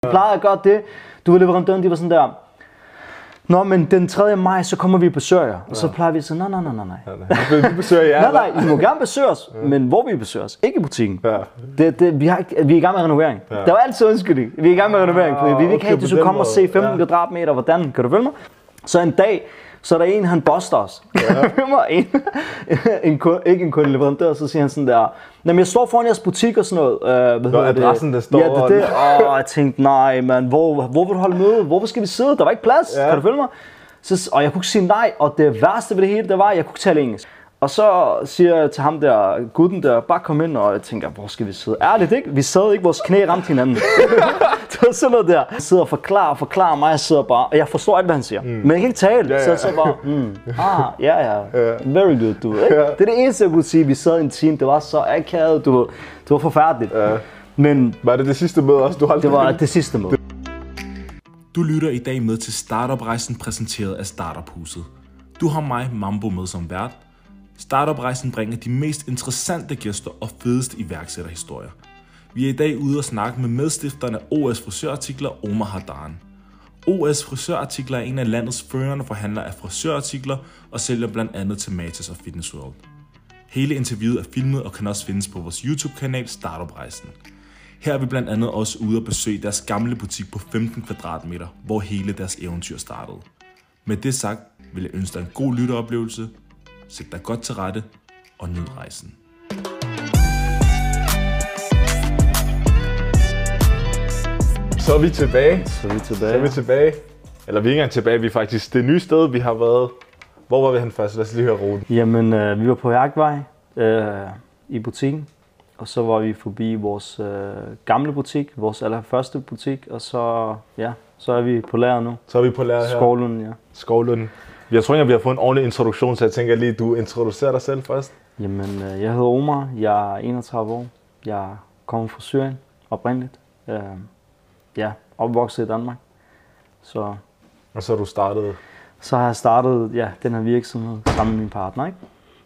Vi plejede at gøre det. Du var leverandøren, de var sådan der. Nå, men den 3. maj, så kommer vi og besøger jer. Og så plejer vi at sige, nej. Vi besøger jer. Nej, I må gerne besøge os, men hvor vi besøger os? Ikke i butikken. Ja. Vi er i gang med renovering. Ja. Der var altid undskyldning. Vi er i gang med renovering. Vi vil ikke have, at du skal komme og se 15 kvadratmeter. Hvordan? Kan du følge mig? Så en dag, så er der en, han boster os. Ja. Ikke en kunde, leverandør, så siger han sådan der, jamen jeg står foran jeres butik og sådan noget. Nå, adressen, der står. Ja, det. Og jeg tænkte, nej mand, hvor vil du holde møde? Hvor skal vi sidde? Der var ikke plads. Ja. Kan du følge mig? Og jeg kunne sige nej, og det værste ved det hele, det var, at jeg kunne ikke tale engelsk. Og så siger jeg til ham der, gutten der, bare kom ind, og jeg tænker, hvor skal vi sidde? Ærligt ikke? Vi sad ikke, vores knæ ramte hinanden. Det var sådan noget der. Jeg sidder og forklarer mig, jeg sidder bare, og jeg forstår alt, hvad han siger. Men jeg kan ikke tale, så jeg så bare, very good, du ved, ikke? Det er det eneste, jeg kunne sige, vi sad i en team, det var så akavet, det var forfærdeligt. Men var det sidste møde også, du holdt? Det var det sidste møde. Du lytter i dag med til Startup-rejsen præsenteret af Startup-huset. Du har mig, Mambo, med som vært. Startup-rejsen bringer de mest interessante gæster og fedeste iværksætterhistorier. Vi er i dag ude og snakke med medstifterne af OS Frisørartikler, Omar Hardan. OS Frisørartikler er en af landets førende forhandlere af frisørartikler og sælger blandt andet til Matas og Fitness World. Hele interviewet er filmet og kan også findes på vores YouTube-kanal Startup-rejsen. Her er vi blandt andet også ude og besøge deres gamle butik på 15 kvadratmeter, hvor hele deres eventyr startede. Med det sagt vil jeg ønske dig en god lytteoplevelse. Sæt dig godt til rette og nyd rejsen. Så er vi tilbage. Eller vi er ikke engang tilbage, vi er faktisk det nye sted, vi har været. Hvor var vi hen først? Lad os lige høre ruten. Jamen, vi var på Jagtvej i butikken. Og så var vi forbi vores gamle butik, vores allerførste butik. Og så er vi på lager nu. Så er vi på lager her. Skovlunden, ja. Skovlunden. Jeg tror ikke, at vi har fået en ordentlig introduktion, så jeg tænker lige, at du introducerer dig selv først. Jamen, jeg hedder Omar, jeg er 31 år. Jeg kommer fra Syrien oprindeligt. Opvokset i Danmark. Så, og så har du startet? Så har jeg startet den her virksomhed sammen med min partner, ikke?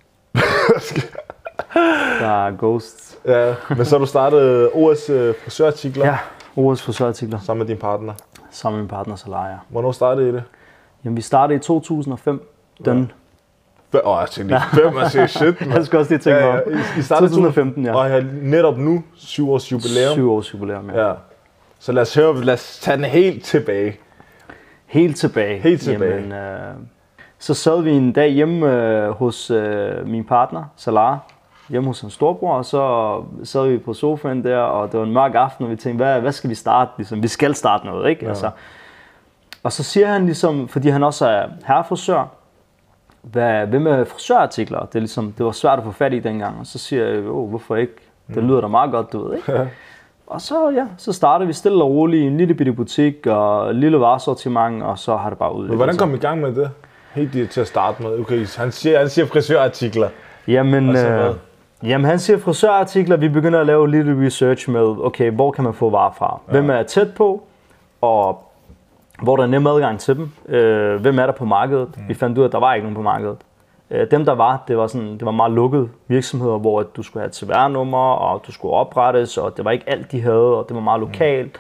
Der er Ghosts. Ja, men så har du startet OS Frisørartikler? Ja, OS Frisørartikler. Sammen med din partner? Sammen med min partner Salah, ja. Hvornår startede I det? Jamen, vi startede i 2005. Jeg tænkte lige 5 og sige shit. Jeg skal også lige tænke mig. I startede 2015, ja. Og jeg har netop nu 7 års jubilæum. 7 års jubilæum, ja. Så lad os tage den helt tilbage. Helt tilbage? Jamen, så sad vi en dag hjemme hos min partner, Salah, hjemme hos hans storebror, og så sad vi på sofaen der, og det var en mørk aften, og vi tænkte, hvad skal vi starte? Ligesom, vi skal starte noget, ikke? Ja. Altså, og så siger han ligesom, fordi han også er herrefrisør, hvad med frisørartikler? Det var svært at få fat i dengang, og så siger jeg, hvorfor ikke? Det lyder da meget godt, du ved, ikke? Ja. Og så startede vi stille og roligt i en lille bitte butik og en lille varesortiment, og så har det bare udviklet sig. Hvordan kom I gang med det? Helt til at starte med. Okay, han siger frisørartikler. Jamen, han siger frisørartikler. Vi begynder at lave lidt research med, okay, hvor kan man få varer fra? Hvem er tæt på? Og hvor der er nem adgang til dem? Hvem er der på markedet? Vi fandt ud af, at der var ikke nogen på markedet. Dem der var, det var meget lukkede virksomheder, hvor du skulle have et CVR-nummer, og du skulle oprettes, og det var ikke alt de havde, og det var meget lokalt.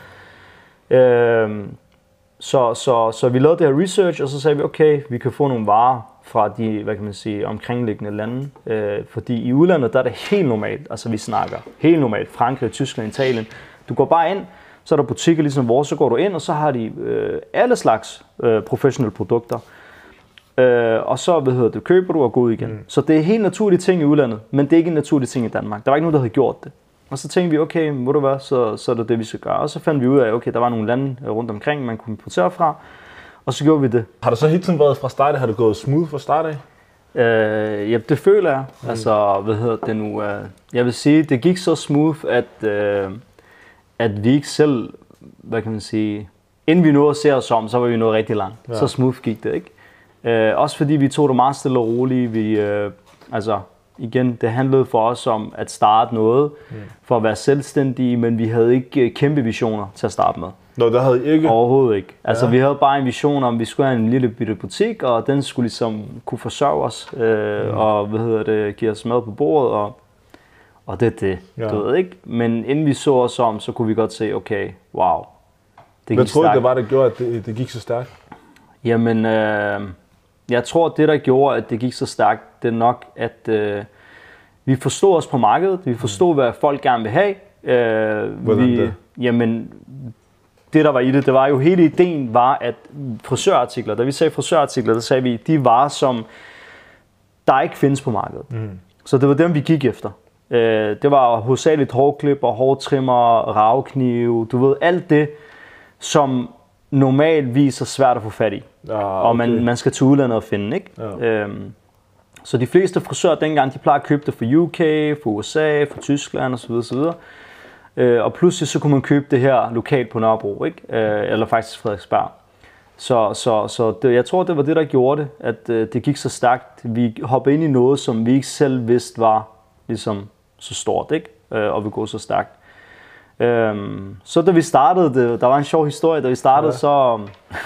Så vi lavede det her research, og så sagde vi, okay, vi kan få nogle varer fra de, omkringliggende lande. Fordi i udlandet, der er det helt normalt, altså vi snakker helt normalt, Frankrig, Tyskland, Italien. Du går bare ind, så er der butikker ligesom vores, så går du ind, og så har de alle slags professionelle produkter. Og så køber du og går ud igen. Så det er helt naturlige ting i udlandet, men det er ikke en naturlig ting i Danmark. Der var ikke nogen, der havde gjort det. Og så tænkte vi, okay, må du være, så er det det, vi skal gøre. Og så fandt vi ud af, okay, der var nogle lande rundt omkring, man kunne importere fra. Og så gjorde vi det. Har du så hele tiden været fra start? Har det gået smooth fra start af? Ja, det føler jeg. Altså, jeg vil sige, det gik så smooth, at vi ikke selv, inden vi nåede at se os om, så var vi nået rigtig langt. Ja. Så smooth gik det, ikke? Også fordi vi tog det meget stille og roligt. Igen, det handlede for os om at starte noget, for at være selvstændige, men vi havde ikke kæmpe visioner til at starte med. Nå, det havde I ikke? Overhovedet ikke. Altså, vi havde bare en vision om, at vi skulle have en lille bitte butik, og den skulle ligesom kunne forsørge os, og give os mad på bordet, og det er det, du ved ikke? Men inden vi så os om, så kunne vi godt se, okay, wow, Hvad tror du, det var, der gjorde, at det gik så stærkt? Jamen, jeg tror, det der gjorde, at det gik så stærkt, det er nok, at vi forstod os på markedet. Vi forstod, hvad folk gerne vil have. Hvordan det? Jamen, det der var i det var jo, hele ideen var, at frisørartikler, da vi sagde frisørartikler, der sagde vi, de varer, som der ikke findes på markedet. Så det var dem, vi gik efter. Det var hovedsageligt hårklipper, hårtrimmer, raveknive, du ved, alt det, som normalvis er svært at få fat i. Og man skal til udlandet og finde, ikke? Ja. Så de fleste frisører dengang, de plejer at købe det for UK, for USA, for Tyskland osv. Og pludselig så kunne man købe det her lokalt på Nørrebro, ikke? Eller faktisk Frederiksberg. Så jeg tror, det var det, der gjorde det, at det gik så stærkt. Vi hoppede ind i noget, som vi ikke selv vidste var ligesom så stort, ikke? Og vi gå så stærkt. Så da vi startede, der var en sjov historie, da vi startede, så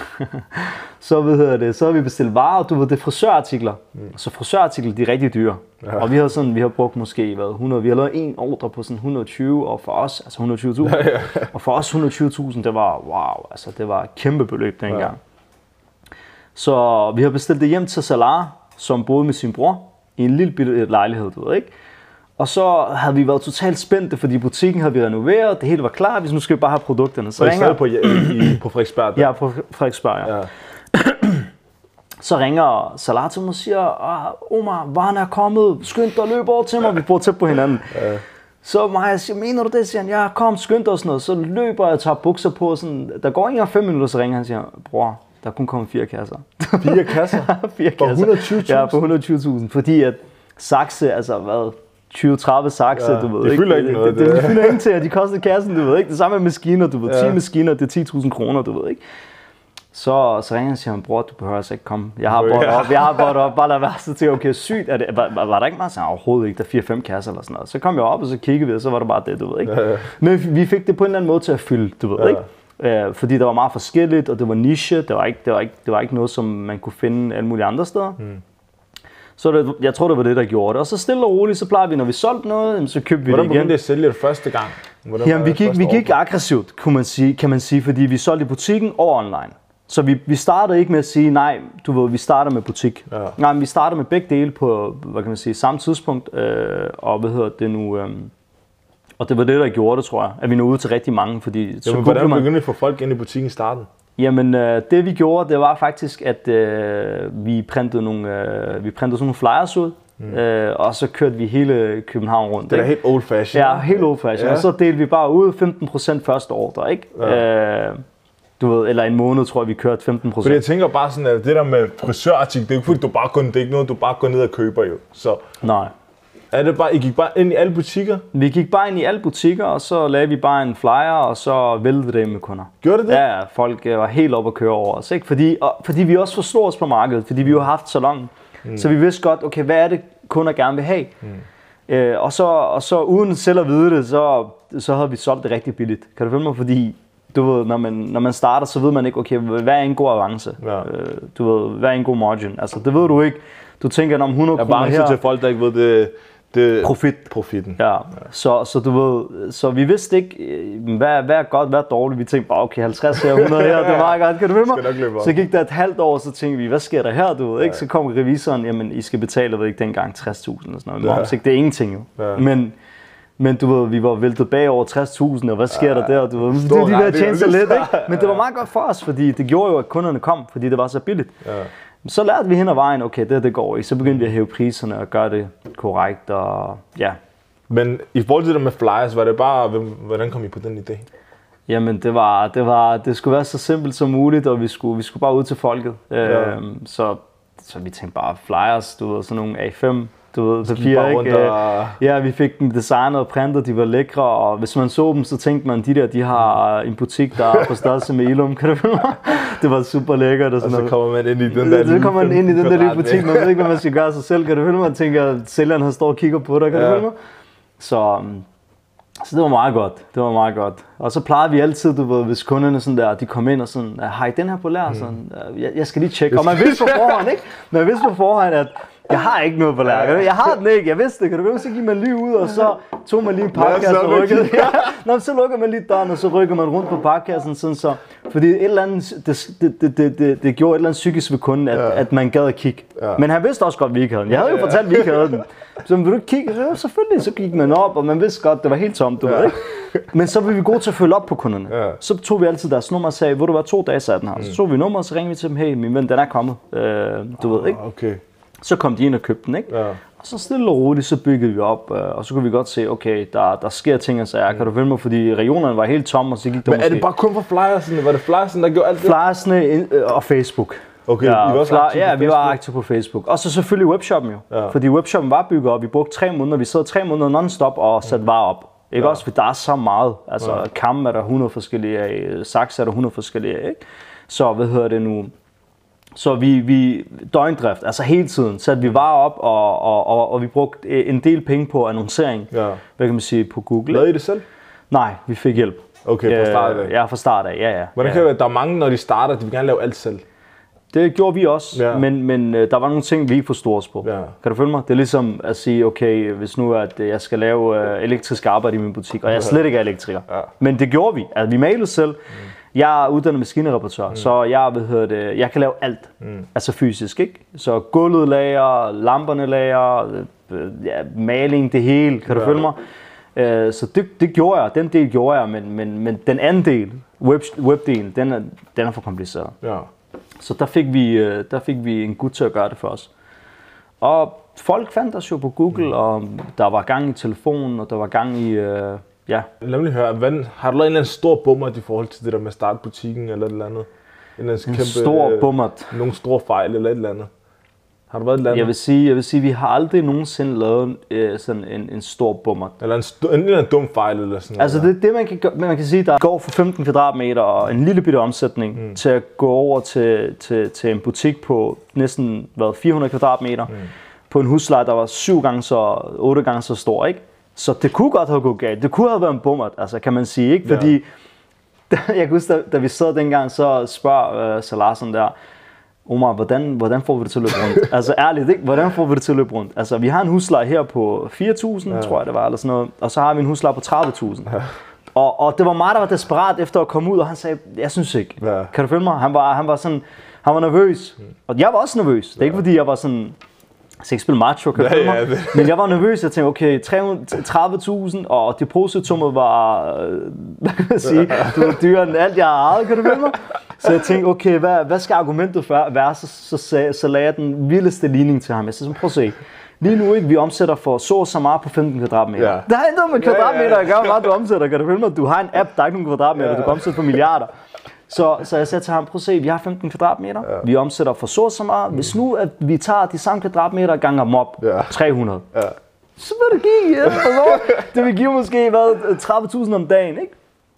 havde vi bestilt varer, og du ved, det er frisørartikler. Så frisørartikler, de er rigtig dyre. Ja. Og vi har brugt måske 100, vi har lavet en ordre på sådan 120, og for os, altså 120.000. Og for os 120.000, det var wow, altså det var et kæmpe beløb dengang. Ja. Så vi har bestilt det hjem til Salah, som boede med sin bror i en lille lejlighed, du ved, ikke? Og så havde vi været totalt spændte, fordi butikken havde vi renoveret, det hele var klar, hvis nu skal vi bare have produkterne. Så ringer på Frederiksberg? Ja, på Frederiksberg, ja. Så ringer Salah til mig og siger, Omar, varen er kommet, skynd dig og løb over til mig, vi bor tæt på hinanden. Ja. Så mig siger, mener du det? Siger han, ja, kom, skynd dig og sådan noget. Så løber jeg og tager bukser på, sådan, der går ikke 5 minutter, så ringer han og siger, bror, der kunne komme 4 kasser. 4 kasser? 4 kasser. På 120.000? Ja, på 120.000, fordi at sakse, altså hvad, 20-30 sakse, ja, du ved det ikke. Fylder ikke noget, det fylder ikke til, at de koster kassen, du ved ikke. Det samme med maskiner, du ved, 10 maskiner, det er 10.000 kroner, du ved ikke. Så ringer han og siger, bror, du behøver altså ikke komme. Jeg har båret op, bare lad være. Så tænkte jeg, okay, sygt, var der ikke meget? Så overhovedet ikke, der er 4-5 kasser eller sådan noget. Så kom jeg op, og så kiggede vi, og så var det bare det, du ved ikke. Ja. Men vi fik det på en eller anden måde til at fylde, du ved ikke. Fordi det var meget forskelligt, og det var niche, det var ikke noget, som man kunne finde alle mulige andre steder. Så jeg tror, det var det, der gjorde det. Og så stille og roligt, så plejer vi, når vi solgte noget, så købte vi det igen. Hvordan begyndte det at sælge det første gang? Jamen, vi gik aggressivt, kan man sige, fordi vi solgte i butikken og online. Så vi startede ikke med at sige, nej, du ved, vi starter med butik. Ja. Nej, men vi starter med begge dele på, hvad kan man sige, samme tidspunkt. Og og det var det, der gjorde det, tror jeg, at vi nåede ud til rigtig mange. Fordi, så hvordan begyndte vi at få folk ind i butikken i starten? Jamen, det vi gjorde, det var faktisk, at vi printede sådan nogle flyers ud, og så kørte vi hele København rundt. Det er helt old fashion. Ja, helt old fashion. Ja. Og så delte vi bare ud 15% første ordre, ikke? Ja. Du ved, eller en måned, tror jeg, vi kørte 15%. Fordi jeg tænker bare sådan, at det der med frisørartikel, det er jo fordi, det er ikke noget, du bare går ned og køber jo. Så nej. Er det bare, I gik bare ind i alle butikker? Vi gik bare ind i alle butikker, og så lavede vi bare en flyer, og så væltede det med kunder. Gjorde det det? Ja, folk var helt op at køre over os, ikke? Fordi vi også forstod os på markedet, fordi vi jo har haft salon. Så vi vidste godt, okay, hvad er det, kunder gerne vil have? Og så uden selv at vide det, så havde vi solgt det rigtig billigt. Kan du følge mig? Fordi du ved, når man starter, så ved man ikke, okay, hvad er en god avance? Ja. Du ved, hvad er en god margin? Altså, det ved du ikke. Du tænker, om 100 kroner her... til folk, der ikke ved det profitten. Ja. Så du ved, så vi vidste ikke, hvad er godt, hvad er dårligt. Vi tænkte bare, okay, 50 her, 100 her, det er meget godt. Kan du følge mig? Så gik der et halvt år, så tænkte vi, hvad sker der her, du ved, ikke? Så kom revisoren, jamen, I skal betale, ved ikke, dengang 60.000 og sådan noget. Det er ingenting jo. Ja. Men du ved, vi var væltet bag over 60.000, og hvad sker der der? Du ved, det er de der tjene så lidt, ikke? Men det var meget godt for os, fordi det gjorde jo, at kunderne kom, fordi det var så billigt. Ja. Så lærte vi hen ad vejen, okay, det går ikke. Så begyndte vi at hæve priserne og gøre det korrekt, og ja. Men i forhold til det med flyers, var det bare, hvordan kom I på den idé? Jamen, det skulle være så simpelt som muligt, og vi skulle bare ud til folket. Ja. Så vi tænkte bare, flyers, du ved, sådan nogle A5, du ved, papir, ikke? Ja, vi fik dem designet og printet, de var lækre, og hvis man så dem, så tænkte man, de har en butik, der er på størrelse med Ilum, kan du følge mig? Det var super lækkert og sådan noget. Og så kommer man ind i den der så kommer man ind i den der lille butik, man ved ikke, hvad man skal gøre sig selv, kan du følge mig? Man tænker, at sælgeren har står og kigger på dig, kan du følge mig? Så det var meget godt. Og så plejede vi altid, du ved, hvis kunderne sådan der, de kom ind og sådan, har I den her på lær? Sådan, jeg skal lige tjekke. Og man vidste på forhånd, ikke? Man vidste på forhånd, Jeg har ikke noget på lager. Jeg har den ikke. Jeg vidste det. Kan du så give mig lige ud, og så tog man lige en pakkekasse og rykkede. Ja. Så lukker man lige døren, og så rykker man rundt på pakkekassen. Sådan så. Fordi et eller andet, det gjorde et eller andet psykisk ved kunden, at man gad at kigge. Ja. Men han vidste også godt, at vi ikke havde den. Jeg havde jo fortalt, at vi ikke havde den. Så vil du ikke kigge? Så selvfølgelig, så gik man op, og man vidste godt, det var helt tomt, du ved ikke? Men så var vi gode til at følge op på kunderne. Ja. Så tog vi altid deres nummer og sagde, hvor du var 2 dage sat den her. Så tog vi nummer, og så ringede vi til dem, hey, min ven, den er kommet. Du ved ikke? Okay. Så kom de ind og købte den, ikke? Ja. Og så stille og roligt, så byggede vi op, og så kunne vi godt se, okay, der sker ting og sager. Kan du følge mig? Fordi regionerne var helt tomme, og så gik der Men er det bare kun for flyersene? Var det flyersene, der gjorde alt det? Flyersene og Facebook. Okay, I var også aktive på Facebook? Ja, vi var aktive på Facebook. Og så selvfølgelig webshoppen jo. Ja. Fordi webshoppen var bygget op. Vi brugte 3 måneder. Vi sad 3 måneder non-stop og satte varer op. Ikke også? For der er så meget. Altså, Kam er der 100 forskellige af. Saks er der 100 forskellige af, ikke? Så hvad hedder det nu? Så vi døgndrift, altså hele tiden, satte vi varer op, og vi brugte en del penge på annoncering, hvad kan man sige, på Google. Lavede I det selv? Nej, vi fik hjælp. Okay, fra start af? Ja, fra start af, ja. Hvordan kan det være, der er mange, når de starter, de vil gerne lave alt selv? Det gjorde vi også, men der var nogle ting, vi ikke forstod os på. Ja. Kan du følge mig? Det er ligesom at sige, okay, hvis nu at jeg skal lave elektrisk arbejde i min butik, og jeg slet ikke er elektriker. Ja. Men det gjorde vi. Altså, vi malede selv. Jeg er uddannet maskinereparatør, så jeg kan lave alt, altså fysisk, ikke? Så gulvet lager, lamperne lager, maling, det hele, kan du følge mig? Så det gjorde jeg, den del gjorde jeg, men den anden del, webdelen, den er for kompliceret. Ja. Så der fik vi en gut til at gøre det for os. Og folk fandt os jo på Google, og der var gang i telefonen, og der var gang i... Ja. Lad mig høre, har du lavet en eller anden stor bummert i forhold til det der med at starte butikken eller et eller andet? En stor bummert? Nogle store fejl eller et eller andet? Har du været et eller andet? Jeg vil sige, vi har aldrig nogensinde lavet sådan en stor bummert. Eller en dum fejl eller sådan noget? Altså det man kan sige, der går fra 15 kvadratmeter og en lille bitte omsætning til at gå over til en butik på næsten 400 kvadratmeter på en husleje, der var 8 gange så stor, ikke? Så det kunne godt have gået galt. Det kunne have været en bummert, altså kan man sige, ikke? Fordi jeg kan huske, da vi sad dengang, så spørger Salarsen der, Omar, hvordan får vi det til at løbe rundt? Altså ærligt, ikke? Hvordan får vi det til at løbe rundt? Altså vi har en husleje her på 4.000, tror jeg det var, eller sådan noget, og så har vi en husleje på 30.000. Ja. Og det var mig, der var desperat efter at komme ud, og han sagde, jeg synes ikke. Ja. Kan du følge mig? Han var nervøs, og jeg var også nervøs. Det er ikke fordi, jeg var sådan... Jeg skal ikke spille macho, kan du følge mig? Men jeg var nervøs, jeg tænkte, okay, 30.000, og depositummet var, hvad kan jeg sige, det var dyrere end alt, jeg har ejet, kan du følge mig? Så jeg tænkte, okay, hvad skal argumentet være? Så lagde jeg den vildeste ligning til ham. Jeg sagde, prøv at se, lige nu ikke, vi omsætter for så meget på 15 kvadratmeter. Ja. Der er intet med kvadratmeter at gøre, hvor meget du omsætter, kan du følge mig? Du har en app, der er ikke nogen kvadratmeter, du kan omsætte for milliarder. Så jeg sagde til ham, prøv at se, vi har 15 kvadratmeter, vi omsætter for så meget. Hvis nu at vi tager de samme kvadratmeter og ganger dem op, 300, så vil det give, det vil give måske 30.000 om dagen, ikke?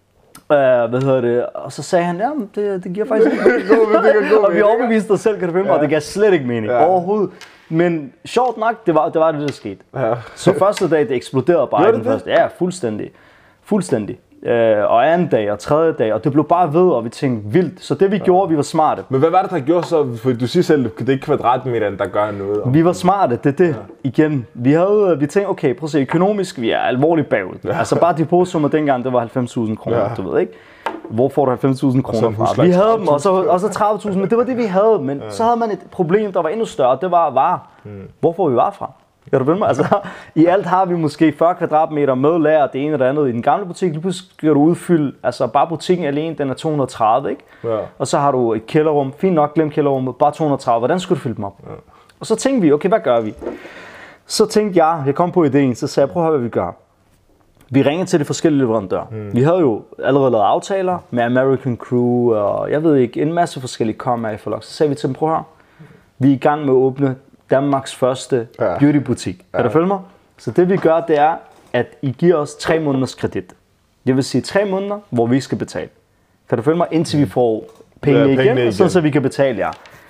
Og så sagde han, ja, det giver faktisk ikke og vi overbeviste os selv, kan du følge mig, og det gav slet ikke mening overhovedet. Men sjovt nok, det var det, der skete. Ja. Så første dag, det eksploderede bare den første. Ja, fuldstændig. Og anden dag og tredje dag, og det blev bare ved, og vi tænkte vildt. Så det vi gjorde, vi var smarte. Men hvad var det, der gjorde så? For du siger selv, det er ikke kvadratmeteren, der gør noget. Vi var smarte, det er det. Igen, vi tænkte, okay, prøv at se, økonomisk, vi er alvorligt bagud. Ja. Altså bare depositummer dengang, det var 90.000 kroner, du ved ikke? Hvor får du 90.000 kroner fra? Vi havde dem, og så 30.000, men det var det, vi havde. Men så havde man et problem, der var endnu større, det var varer. Hvor får vi varer fra? Kan du følge mig? Altså, i alt har vi måske 40 kvadratmeter med lager, det ene eller andet. I den gamle butik, lige pludselig skal du udfylde, altså bare butikken alene, den er 230, ikke? Ja. Og så har du et kælderrum, fint nok, glem kælderrummet, bare 230, hvordan skulle du fylde dem op? Ja. Og så tænkte vi, okay, hvad gør vi? Så tænkte jeg kom på ideen, så sagde jeg, prøv at høre, hvad vi gør. Vi ringede til de forskellige leverandører. Vi havde jo allerede lavet aftaler med American Crew, og jeg ved ikke, en masse forskellige i forlok. Så sagde vi til dem, prøv at høre, vi er i gang med at åbne Danmarks første beautybutik. Kan du følge mig? Så det vi gør, det er, at I giver os 3 måneders kredit. Det vil sige 3 måneder, hvor vi skal betale. Kan du følge mig? Indtil vi får pengene igen, så vi kan betale jer.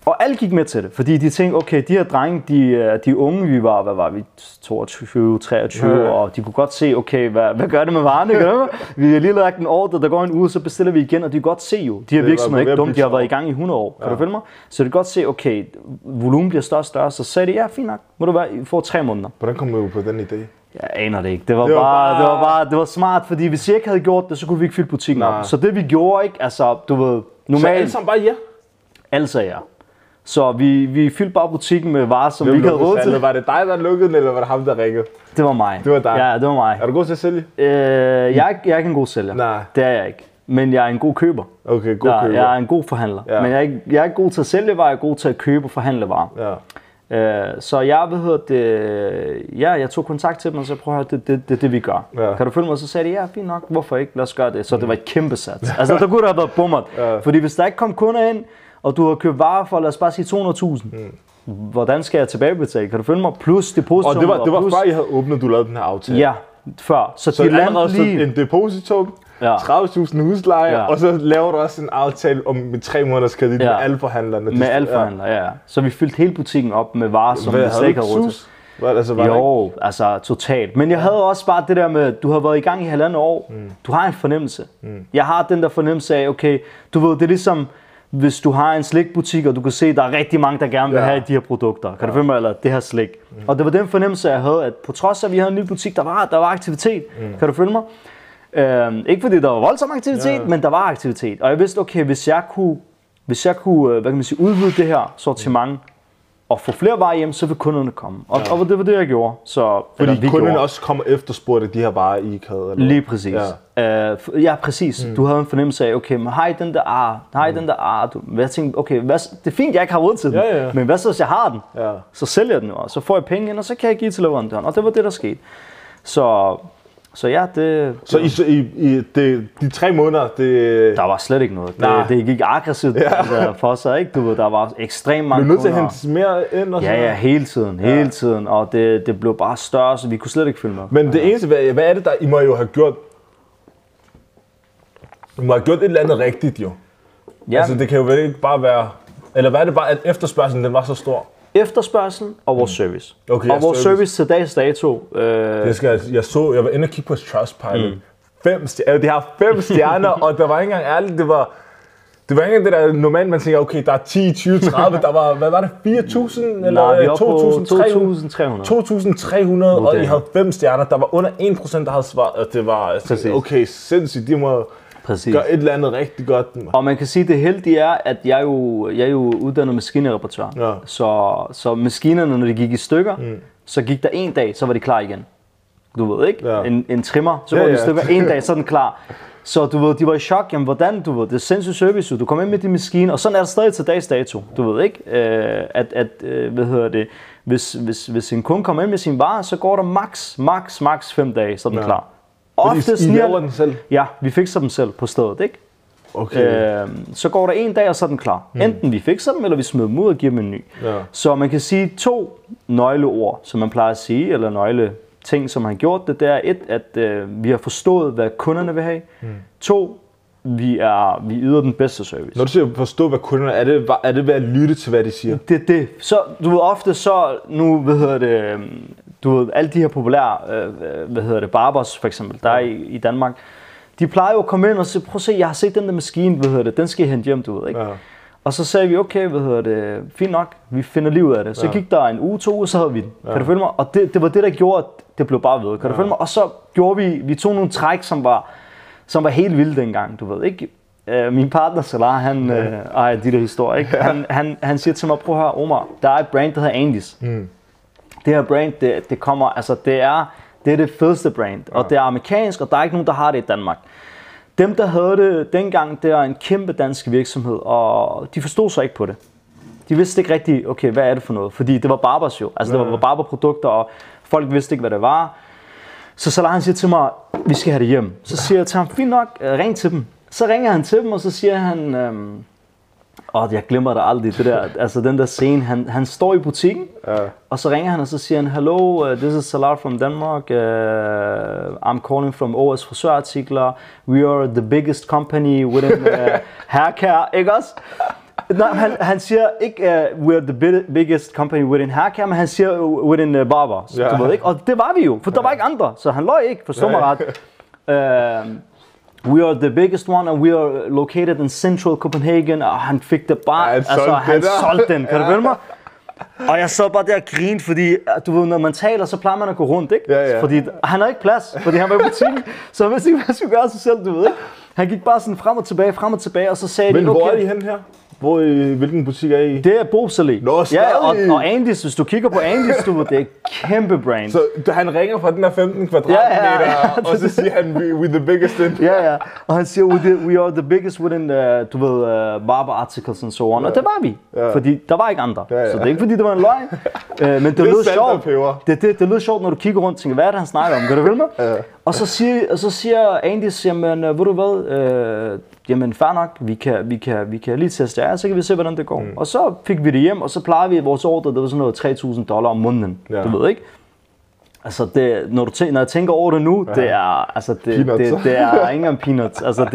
Og alle gik med til det, fordi de tænkte, okay, de her drenge, de unge, vi var, hvad var vi, 22, 23, og de kunne godt se, okay, hvad gør det med varerne, vi har lige lagt en ordre, der går en uge, så bestiller vi igen, og de kan godt se jo, de her virksomheder er ikke dumme, de har været i gang i 100 år, kan du følge mig? Så de kan godt se, okay, volumen bliver større og større, så sagde de, ja, fint nok, må du være, I får 3 måneder. Hvordan kom du på den idé? Jeg aner det ikke. Det var smart, fordi hvis jeg ikke havde gjort det, så kunne vi ikke fylde butikken op. Så det vi gjorde, ikke, altså, du ved, normalt... Så alle sammen bare ja? Alle sagde ja. Så vi fyldte bare butikken med varer, som vi ikke havde råd til. Var det dig, der lukkede den, eller var det ham, der ringede? Det var mig. Det var dig? Ja, det var mig. Er du god til at sælge? Jeg er ikke en god sælger. Nej. Det er jeg ikke. Men jeg er en god køber. Okay, god køber. Jeg er en god forhandler. Ja. Men jeg er ikke god til at sælge varer, jeg er god til at købe og forhandle varer. Ja. Så jeg tog kontakt til dem og så prøv at høre, det vi gør. Ja. Kan du følge mig? Så sagde de, ja, fint nok, hvorfor ikke? Lad os gøre det. Så det var et kæmpe sats. Altså der kunne der have været bummert. Ja. Fordi hvis der ikke kom kunder ind, og du har købt varer for, lad os bare sige 200.000. Hvordan skal jeg tilbagebetale? Kan du følge mig? Plus depositum. Og det var før I havde åbnet, du lavede den her aftale? Ja, før. Så de landede lige... en depositum, 30.000 husleje, og så laver du også en aftale om 3 måneders kredit med alle forhandlerne. Med alle forhandlere, ja. Så vi fyldte hele butikken op med varer, som vi slet ikke havde råd til. Altså totalt. Men jeg havde også bare det der med, du har været i gang i 1,5 år. Du har en fornemmelse. Jeg har den der fornemmelse af, okay, du ved, det er ligesom... Hvis du har en slikbutik, og du kan se, at der er rigtig mange, der gerne vil have de her produkter. Kan du følge mig, eller det her slik? Og det var den fornemmelse, jeg havde, at på trods af, at vi havde en lille butik, der var aktivitet. Kan du følge mig? Ikke fordi der var voldsom aktivitet, men der var aktivitet. Og jeg vidste, okay, hvis jeg kunne hvad kan man sige, udvide det her sortiment, og få flere varer hjem, så vil kunderne komme. Og det var det, jeg gjorde. Så, fordi kunderne også kommer efterspurgte de her varer, I ikke havde? Eller? Lige præcis. Ja, præcis. Du havde en fornemmelse af, okay, men har I den der ar? Jeg tænkte, okay, det er fint, jeg ikke har råd til den, men hvad så, hvis jeg har den? Så sælger jeg den jo, og så får jeg penge ind, og så kan jeg give til leverandøren. Og det var det, der skete. Så ja, det... Så i de 3 måneder, det... Der var slet ikke noget. Det gik aggressivt for sig, ikke? Du ved, der var ekstremt mange kunder. Du er nødt til at hente mere ind og sådan Ja, hele tiden. Og det blev bare større, så vi kunne slet ikke følge med. Men det eneste, hvad er det der, I må jo have gjort? I må have gjort et eller andet rigtigt, jo. Ja. Altså, det kan jo vel ikke bare være... Eller hvad er det bare, at efterspørgselen, den var så stor? Efterspørgselen og vores service. Okay, og vores service til dags dato. Jeg var inde og kigge på Trustpilot. 5 stjerner. Det har 5 stjerner, og der var ikke engang ærligt, det var ikke engang det der normalt, man tænker, okay, der er 10, 20, 30, der var, hvad var det, 4.000 eller 2.300, og I havde 5 stjerner, der var under 1%, der havde svaret, og det var, okay, sindssygt, de må gøre et eller andet rigtig godt. Og man kan sige, det heldige er, at jeg er jo uddannet maskinereparatør, så maskinerne, når de gik i stykker, så gik der 1 dag, så var de klar igen. Du ved ikke, en trimmer, så går de i stykker 1 dag, så er den klar. Så du ved, de var i chok, jamen hvordan, du ved, det er sindssygt service, du kommer ind med din maskine, og sådan er det stadig til dags dato, du ved ikke, hvis en kunde kommer ind med sin vare, så går der max 5 dage, så er den klar. Oftest I laver den selv? Ja, vi fikser dem selv på stedet, ikke? Okay. Så går der 1 dag, og så er den klar. Enten vi fikser dem, eller vi smider dem ud og giver dem en ny. Så man kan sige 2 nøgleord, som man plejer at sige, eller nøgle ting, som har gjort det, det er 1, at vi har forstået, hvad kunderne vil have. 2, vi yder den bedste service. Når du siger forstå, hvad kunderne er det ved at lytte til, hvad de siger? Det. Så du ved ofte nu, du ved, alle de her populære, barbers for eksempel, der er i Danmark, de plejer jo at komme ind og sige, prøv at se, jeg har set den der maskine, den skal I hente hjem, du ved, ikke? Ja. Og så sagde vi, okay, fint nok, vi finder lige ud af det. Så gik der en uge, 2 uger, så havde vi den. Kan du følge mig? Og det var det, der gjorde, at det blev bare ved. Kan du følge mig? Og så gjorde vi tog nogle træk, som var helt vilde dengang, du ved, ikke? Min partner Salah, han de der historier, ikke? Han siger til mig, prøv at høre, Omar, der er et brand, der hedder Andis. Det her brand, det kommer, altså det er det fedeste brand, og det er amerikansk, og der er ikke nogen, der har det i Danmark. Dem, der havde det dengang, det er en kæmpe dansk virksomhed, og de forstod sig ikke på det. De vidste ikke rigtigt, okay, hvad er det for noget? Fordi det var barbers jo, altså det var barberprodukter, og folk vidste ikke, hvad det var. Så Salah han siger til mig, vi skal have det hjem. Så siger jeg til ham, fint nok, ring til dem. Så ringer han til dem, og så siger han, jeg glemmer det aldrig, det der, altså den der scene, han står i butikken, og så ringer han, og så siger han, hello, this is Salah from Denmark, I'm calling from OS Frisørartikler, we are the biggest company within haircare, ikke også? Nej, han siger ikke, we're the biggest company within haircare, men han siger within barber, du ved ikke? Og det var vi jo, for der var ikke andre, så han løj ikke, forstå mig ret. We are the biggest one, and we are located in central Copenhagen, og han fik det bare, han solgte den, kan du følge mig? Og jeg så bare der og grinede, fordi du ved, når man taler, så plejer man at gå rundt, ikke? Ja. Fordi han havde ikke plads, fordi han var i butikken, så han vidste ikke, hvad han skulle gøre sig selv, du ved ikke? Han gik bare sådan frem og tilbage, og så sagde de, okay. Men hvor er de henne her? Hvilken butik er I? Det er Borups Allé. Nå, ja, og Andys, hvis du kigger på Andys, du ved, det er et kæmpe brand. Så han ringer fra den der 15 kvadratmeter, og så siger han, we're the biggest in. Ja, og han siger, we are the biggest within, du ved, barber articles and so on. Og det var vi, fordi der var ikke andre. Så det er ikke fordi, det var en løgn. Men det lød sjovt. Det lød sjovt, når du kigger rundt og tænker, hvad er det, han snakker om? Kan du følge mig? Og så siger Andys, jamen, ved du hvad, jamen fair nok, vi kan lige teste jer, så kan vi se, hvordan det går. Og så fik vi det hjem, og så plejede vi vores ordre, det var sådan noget $3,000 om måneden, du ved ikke? Altså, det, når jeg tænker over det nu, det er, altså, det er ikke engang peanuts, altså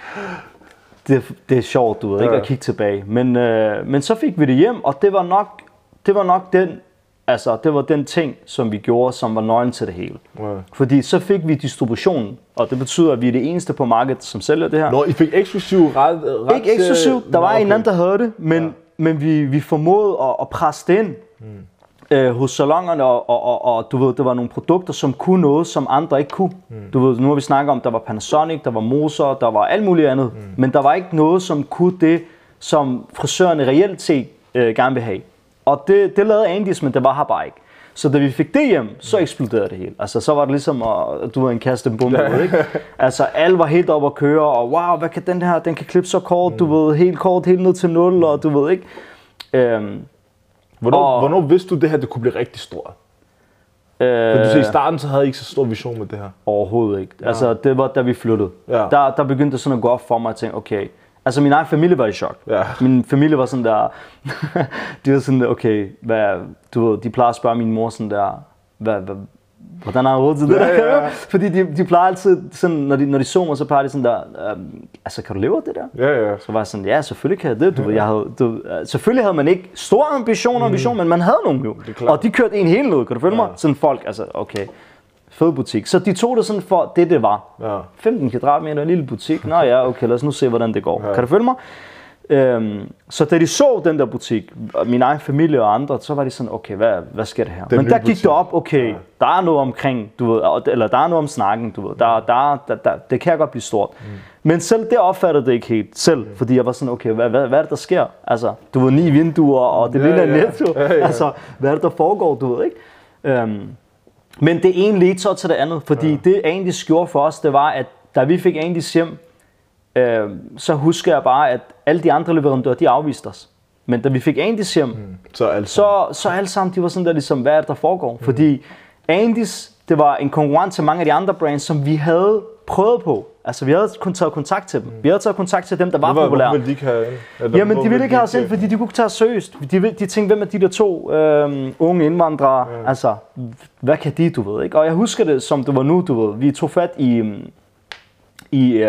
det er sjovt, du ved ikke, at kigge tilbage. Men så fik vi det hjem, og det var nok den, altså, det var den ting, som vi gjorde, som var nøglen til det hele. Fordi så fik vi distributionen, og det betyder, at vi er det eneste på markedet, som sælger det her. Nå, I fik eksklusiv ret ikke eksklusiv, der var en anden, der havde det, men vi formåede at presse det ind hos salonerne, og du ved, det var nogle produkter, som kunne noget, som andre ikke kunne. Du ved, nu har vi snakket om, der var Panasonic, der var Moser, der var alt muligt andet, men der var ikke noget, som kunne det, som frisørerne reelt set gerne vil have. Og det lavede Andys, men det var her bare ikke. Så da vi fik det hjem, så eksploderede det hele. Altså, så var det ligesom, at du ved, en kaste en bombe ud, ikke? Altså, alle var helt oppe at køre, og wow, hvad kan den her? Den kan klippe så kort, du ved, helt kort, helt ned til 0, og du ved ikke. Hvornår vidste du det her, det kunne blive rigtig stort? Du siger, i starten, så havde I ikke så stor vision med det her. Overhovedet ikke. Altså, det var da vi flyttede. Ja. Der begyndte det sådan at gå op for mig, og tænke, okay. Altså, min egen familie var i chok. Ja. Min familie var sådan der, de var sådan, okay, du ved, de plejer at spørge min mor sådan der, hvordan har jeg råd til det der? Ja. Fordi de plejer altid, sådan, når de så mig, så plejer de sådan der, altså, kan du leve af det der? Ja. Så var jeg sådan, ja, selvfølgelig kan jeg det. Du ved, selvfølgelig havde man ikke store ambitioner og vision, men man havde nogen jo. Og de kørte en hele ned, kan du følge mig? Sådan folk, altså, okay. Fed butik. Så de tog det sådan for det var. Ja. 15 kvadratmeter, en lille butik. Nå ja, okay, lad os nu se, hvordan det går. Ja. Kan du følge mig? Så da de så den der butik, min egen familie og andre, så var de sådan, okay, hvad sker det her? Men der gik det op, okay, der er noget omkring, du ved, eller der er noget om snakken, du ved, det kan godt blive stort. Men selv det opfattede det ikke helt selv, fordi jeg var sådan, okay, hvad er det, der sker? Altså, du ved, 9 vinduer, og det lille netto. Altså, hvad er det, der foregår, du ved, ikke? Men det ene ledte så til det andet, fordi det Andys gjorde for os, det var, at da vi fik Andys hjem, så husker jeg bare, at alle de andre leverandører, de afviste os. Men da vi fik Andys hjem, så alle sammen, de var sådan der ligesom, hvad er det, der foregår? Fordi Andys, det var en konkurrent til mange af de andre brands, som vi havde prøvet på. Altså, vi havde kun taget kontakt til dem. Vi havde taget kontakt til dem, der var populære. Hvorfor ville de ikke have ind? Jamen, de ville ikke have os ind, fordi de kunne ikke tage os seriøst. De tænkte, hvem er de der 2 unge indvandrere? Ja. Altså, hvad kan de, du ved, ikke? Og jeg husker det, som det var nu, du ved. Vi tog fat i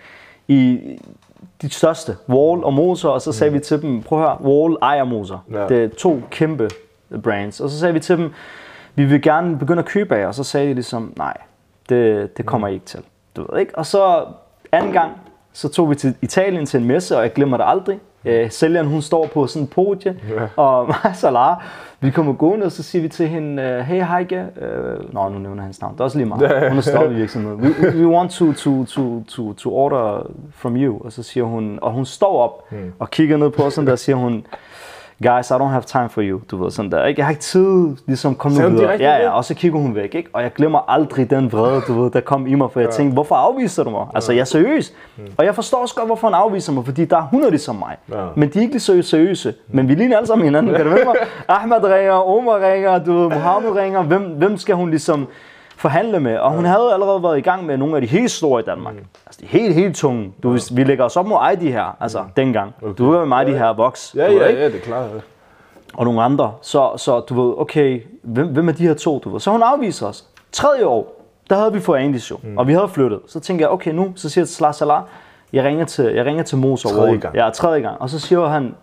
de største, Wall og Moser, og så sagde vi til dem, prøv at høre, Wall ejer Moser. Ja. Det er 2 kæmpe brands. Og så sagde vi til dem, vi vil gerne begynde at købe af, og så sagde de ligesom, nej, det kommer I ikke til. Du ved ikke? Og så anden gang, så tog vi til Italien til en messe, og jeg glemmer det aldrig. Sælgeren, hun står på sådan en podie, og mig og Salah, vi kommer gående, og så siger vi til hende, hey Heike, nu nævner hans navn, det er også lige meget, hun er stoppet i virksomheden. We want to order from you, og så siger hun, og hun står op og kigger ned på os, sådan der, siger hun, guys, I don't have time for you, du ved, sådan der, ikke? Jeg har ikke tid, ligesom, kom nu videre. Ja, og så kigger hun væk, ikke? Og jeg glemmer aldrig den vrede, du ved, der kom i mig, for jeg tænkte, hvorfor afviser du mig? Altså, jeg er seriøs. Og jeg forstår også godt, hvorfor han afviser mig, fordi der er 100 ligesom mig. Men de er ikke lige seriøse, men vi ligner alle sammen hinanden, kan du vide mig? Ahmed ringer, Omar ringer, du ved, Mohammed ringer, hvem skal hun ligesom forhandle med? Og hun havde allerede været i gang med nogle af de helt store i Danmark. Altså de helt tunge. Vi lægger os op mod ID her, altså dengang. Okay. Du ved med mig, de her Vox. Ja, det er klart. Ja. Og nogle andre. Så du ved, okay, hvem er de her 2, du ved? Så hun afviser os. 3. år, der havde vi fået Andys show, og vi havde flyttet. Så tænkte jeg, okay, nu, så siger jeg til Salah, jeg ringer til Moser. 3. gang. Ja, 3. gang. Og så siger han,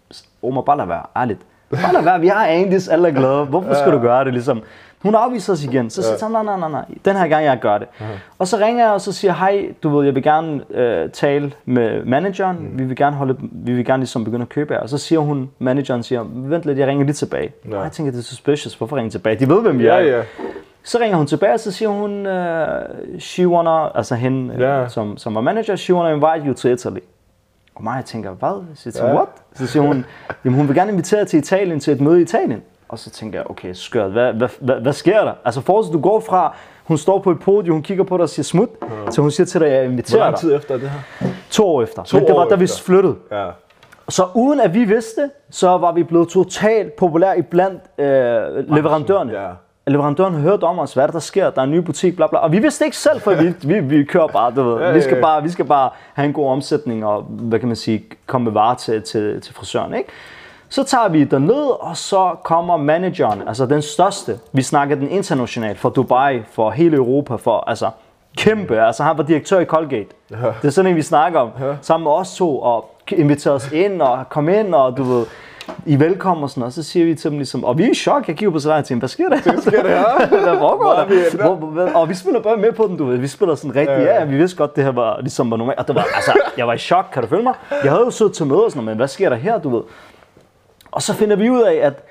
Omar, bare lad være, ærligt. Bare lad være, vi har Andis, alle er glade. Hvorfor skal du gøre det, ligesom? Hun afviser os igen, så siger han, nej, den her gang jeg gør det. Og så ringer jeg og så siger, hej, du ved, jeg vil gerne tale med manageren, vi vil gerne ligesom begynde at købe jer. Og så siger manageren siger, vent lidt, jeg ringer lige tilbage. Og jeg tænker, det er suspicious, hvorfor ringe tilbage? De ved, hvem vi er. Så ringer hun tilbage, og så siger hun, she wanna, altså hende, som var manager, she wanna invite you to Italy. Og mig, jeg tænker, hvad? Så siger what? Så siger hun, jamen hun vil gerne invitere til Italien til et møde i Italien. Og så tænker jeg, okay, skørt, hvad sker der? Altså forestil, du går fra, hun står på et podium, hun kigger på dig og siger smut, så hun siger til dig, jeg inviterer dig. Hvor lang tid efter det her? 2 år efter. Men det var da vi flyttede. Ja. Så uden at vi vidste, så var vi blevet totalt populære iblandt leverandørerne. Ja. Leverandøren har hørt om os, hvad der sker, der er en ny butik, bla bla. Og vi vidste ikke selv, for vi kører bare, du ved. Vi skal bare have en god omsætning og, hvad kan man sige, komme med varer til frisøren, ikke? Så tager vi derned, og så kommer manageren, altså den største. Vi snakker den internationalt for Dubai, for hele Europa, for altså kæmpe. Altså han var direktør i Colgate. Det er sådan en, vi snakker om. Sammen med os to, og inviterer os ind, og kom ind, og du ved, I velkommen og sådan noget. Så siger vi til dem ligesom, og vi er i chok, jeg kigger på sådan til, hvad sker der? Hvad sker der? Hvad foregår der? Og vi spiller bare med på den, du ved. Vi spiller sådan rigtig, ja, vi vidste godt, det her var ligesom var normalt. Og det var, altså, jeg var i chok, kan du følge mig? Jeg havde jo siddet til møde og sådan noget, men hvad sker der her, du ved? Og så finder vi ud af, at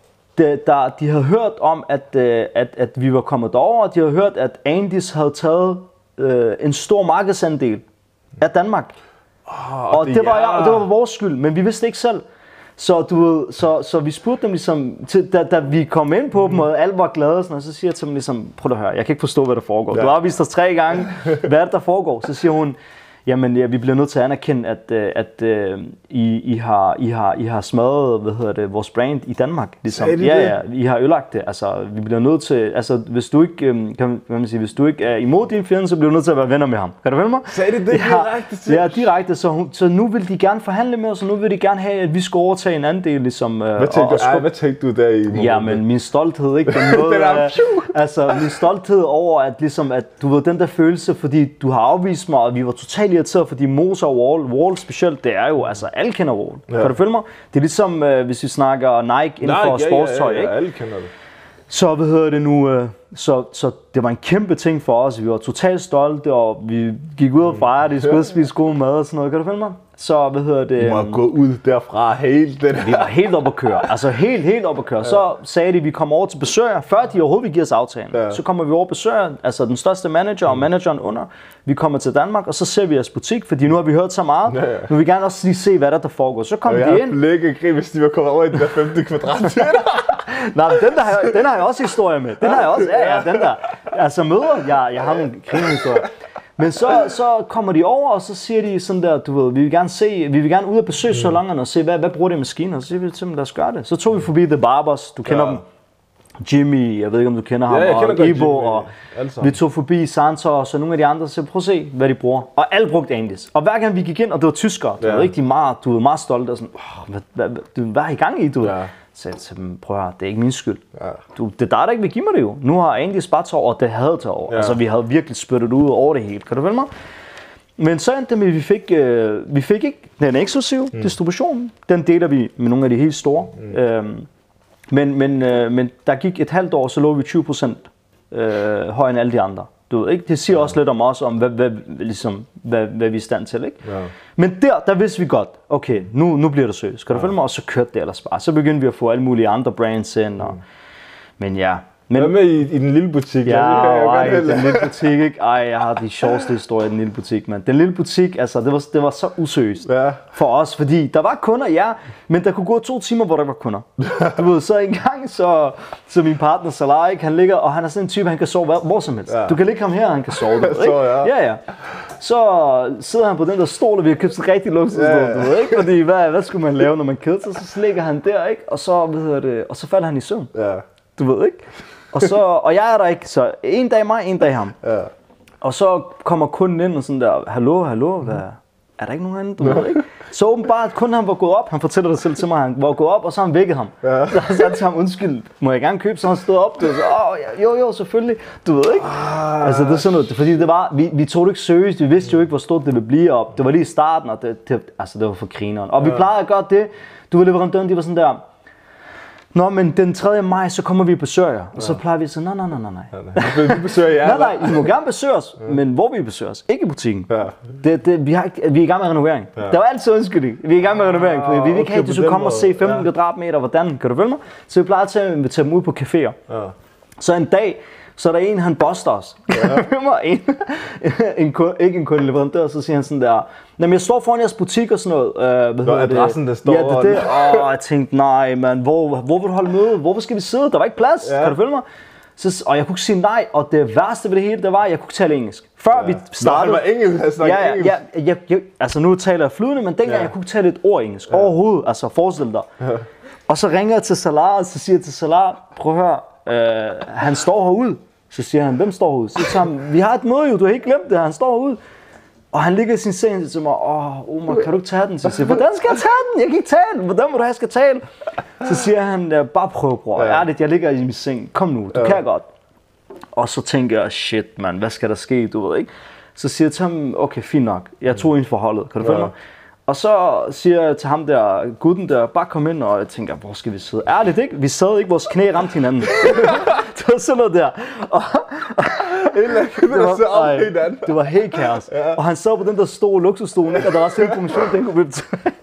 de havde hørt om, at vi var kommet derover, og de havde hørt, at Andis havde taget en stor markedsandel af Danmark. Og det var vores skyld, men vi vidste ikke selv. Så du ved, så vi spurgte dem ligesom, da vi kom ind på dem, og alle var glade, og sådan, og så siger jeg til dem ligesom, prøv at høre, jeg kan ikke forstå, hvad der foregår. Du har vist os 3 gange, hvad er det, der foregår? Så siger hun, jamen ja, vi bliver nødt til at anerkende, at I har smadret, vores brand i Danmark. Ligesom. Ja, I har ødelagt det. Altså, vi bliver nødt til, altså, hvis du ikke, hvis du ikke er imod din fjende, så bliver du nødt til at være venner med ham. Kan du følge mig? Sagde de det direkte? Ja, direkte. Så nu vil de gerne forhandle med os, og nu vil de gerne have, at vi skal overtage en andel. Ligesom, hvad tænkte du der i momentet? Ja, men min stolthed, ikke? Den måde, altså, min stolthed over, at, ligesom, at du ved, den der følelse, fordi du har afvist mig, og vi var totalt irriteret, fordi Moser og Wall specielt, det er jo, altså alle kender Wall. Kan du følge mig? Det er ligesom, hvis vi snakker Nike inden for sportstøj, ikke? Ja, alle kender det. Så, så det var en kæmpe ting for os. Vi var totalt stolte, og vi gik ud og fejrede, de skulle spise god mad og sådan noget. Kan du følge mig? Så, Du må gå ud derfra helt det der. Vi var helt op at køre. Altså helt op at køre. Så sagde de, at vi kommer over til besøger, før de overhovedet vil give os aftalen. Ja. Så kommer vi over besøger, altså den største manager og manageren under. Vi kommer til Danmark, og så ser vi jeres butik, fordi nu har vi hørt så meget. Ja. Nu vil vi gerne også lige se, hvad der foregår. Så kom de ind. Jeg har blikket, hvis de var kommet over i den der 50 kvadratmeter. Nej, den har jeg også historie med. Den har jeg også, ja, den der. Altså møder, jeg har nogle krigerhistorier. Men så kommer de over, og så siger de sådan der, du ved, vi vil gerne ud og besøge salonerne og se, hvad bruger de maskiner, og så siger vi til dem, lad os gøre det. Så tog vi forbi The Barbers, du kender dem, Jimmy, jeg ved ikke om du kender ham, og Ibo, og vi tog forbi Santos og nogle af de andre, så prøv at se, hvad de bruger. Og alle brugte Andis. Og hver gang vi gik ind, og det var tyskere, du ved ikke, de var meget stolte og sådan, hvad er I gang i, du ved? Så jeg til dem, prøv at høre, det er ikke min skyld. Ja. Det er dig, der ikke vil give mig det jo. Nu har Andis bare taget over, og det havde taget over. Ja. Altså, vi havde virkelig spyttet ud over det hele. Kan du følge mig? Men så endte det med, at vi fik ikke den eksklusive distribution. Den deler vi med nogle af de helt store. Men der gik et halvt år, så lå vi 20% højere end alle de andre. Du ved, ikke? Det siger også lidt om os, om hvad vi er i stand til. Ikke? Ja. Men der vidste vi godt, okay, nu bliver det seriøst. Skal du følge mig? Og så kørte det ellers bare. Så begyndte vi at få alle mulige andre brands ind. Men ja. Hvad med i den lille butik? Ja, den lille butik, ikke? Ej, jeg har de sjoveste historier i den lille butik, mand. Den lille butik, altså, det var så useriøst for os, fordi der var kunder, men der kunne gå 2 timer, hvor der var kunder. Du ved, så en gang, så min partner Salah, ikke? Han ligger, og han er sådan en type, han kan sove hvor som helst. Ja. Du kan ligge ham her, og han kan sove, du ved, ikke? Ja. Så sidder han på den der stol, og vi har købt sådan en rigtig luksusstol, du ved, ikke? Fordi, hvad skulle man lave, når man kedede sig? Så ligger han der, ikke? Og så, og så falder han i søvn. Ja. Du ved, ikke? Og jeg er der ikke, så en dag mig, en dag ham. Ja. Og så kommer kunden ind og sådan der, hallo, er der ikke nogen anden, du ved ikke? Så åbenbart kun han var gået op, han fortæller det selv til mig, han var gået op, og så har han vækket ham. Ja. Så han sagde til ham, undskyld, må jeg gerne købe? Så han stod op, du ved, jo, selvfølgelig, du ved ikke? Altså det er sådan noget, fordi det var, vi tog det ikke seriøst, vi vidste jo ikke, hvor stort det ville blive, og det var lige i starten, og det var for grineren. Og vi plejede at gøre det, du ved, leverandøren, de var sådan der, nå, men den 3. maj, så kommer vi og besøger jer. Og så plejer vi at sige, nej. Vi besøger jer. Nej, I må gerne besøge os, men hvor vi besøger os? Ikke i butikken. Ja. Vi er i gang med renovering. Ja. Der var altid undskyldning. Vi er i gang med renovering. Vi vil ikke have, at du skal komme og se 15 kvadratmeter, hvordan, kan du følge mig? Så vi plejer til at invitere dem ud på caféer. Ja. Så en dag, så er der en, han boster os. Ja. Ikke en kunde, leverandør, så siger han sådan der, jamen jeg står foran jeres butik og sådan noget. Adressen, der står. Ja, det. Og jeg tænkte, nej mand, hvor vil du holde møde? Hvorfor skal vi sidde? Der var ikke plads. Ja. Kan du følge mig? Og jeg kunne ikke sige nej, og det værste ved det hele, det var, at jeg kunne tale engelsk. Før vi startede... Nå, han var engelsk, engelsk. Altså nu taler jeg flydende, men dengang jeg kunne ikke tale et ord engelsk. Overhovedet, altså forestil dig. Ja. Og så ringer jeg til Salah, og så siger jeg til Salah, prøv at høre, han står herude. Så siger han, hvem står herude? Så siger han, vi har et møde jo, du har ikke glemt det, han står herude. Og han ligger i sin seng og siger til mig, Omar, kan du ikke tage den? Så siger jeg, hvordan skal jeg tage den? Jeg kan ikke tage den. Hvordan må du have, jeg skal tale? Så siger han, bare prøv, bror. Ærligt, jeg ligger i min seng. Kom nu, du kan godt. Og så tænker jeg, shit man, hvad skal der ske, du ved ikke? Så siger jeg til ham, okay, fint nok. Jeg tog ind for holdet, kan du følge mig? Og så siger jeg til ham der, gutten der, bare kom ind, og jeg tænker, hvor skal vi sidde? Ærligt ikke? Vi sad ikke, vores knæ ramte hinanden. Det var sådan noget der. Det var helt kaos. Ja. Og han sad på den der store luksusstol, og der var sådan en kommission, den kunne vippe til.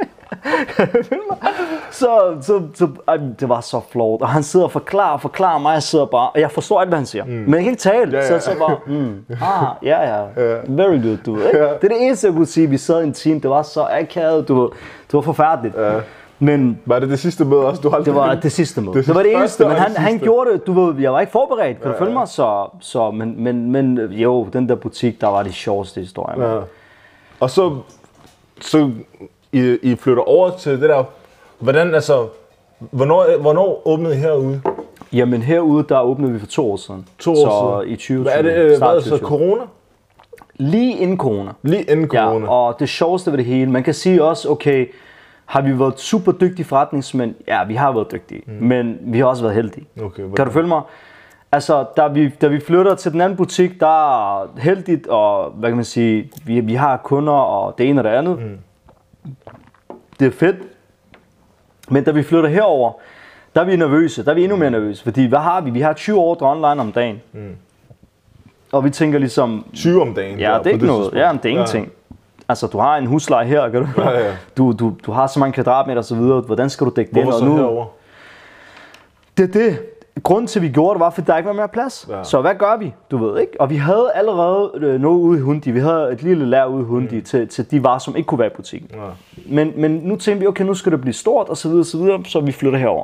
Så det var så flot. Og han sidder og forklarer mig, jeg sidder bare, og jeg forstår ikke, hvad han siger. Men jeg kan ikke tale, så jeg så bare, very good, du ved ikke? Det er det eneste, jeg kunne sige, vi sad i en team, det var så akavet, du ved, det var forfærdeligt. Ja. Men var det sidste møde også, du holdt? Det var det sidste møde. Det var det eneste, men han gjorde det, du ved, jeg var ikke forberedt, kan du følge mig? Men jo, den der butik, der var det sjoveste historie. Ja. Og så I flytter over til det der, hvordan, altså, hvornår åbnede I herude? Jamen herude, der åbnede vi for 2 år siden. 2 år siden? Så i 2020. Hvad er det, hvad så, corona? Lige inden corona. Lige inden corona. Ja, og det sjoveste ved det hele, man kan sige også, okay, har vi været super dygtige forretningsmænd? Ja, vi har været dygtige, men vi har også været heldige. Okay, kan du følge mig? Altså, da vi flytter til den anden butik, der er heldigt, og hvad kan man sige, vi har kunder og det ene og det andet. Det er fedt. Men da vi flytter herover, der er vi nervøse, der er vi endnu mere nervøse, fordi hvad har vi? Vi har 20 ordre online om dagen. Og vi tænker ligesom... 20 om dagen? Ja, det er ikke noget. Ja, det er ingenting. Ja. Altså, du har en husleje her, kan du? Ja. Du har så mange kvadratmeter og så videre. Hvordan skal du dække det? Hvorfor så herovre? Det. Grunden til, at vi gjorde det, var, fordi der ikke var mere plads. Ja. Så hvad gør vi? Du ved ikke. Og vi havde allerede noget ude i Hundi. Vi havde et lille lager ude i Hundi til de varer, som ikke kunne være i butikken. Ja. Men nu tænkte vi, okay, nu skal det blive stort og så videre, så vi flytter herover.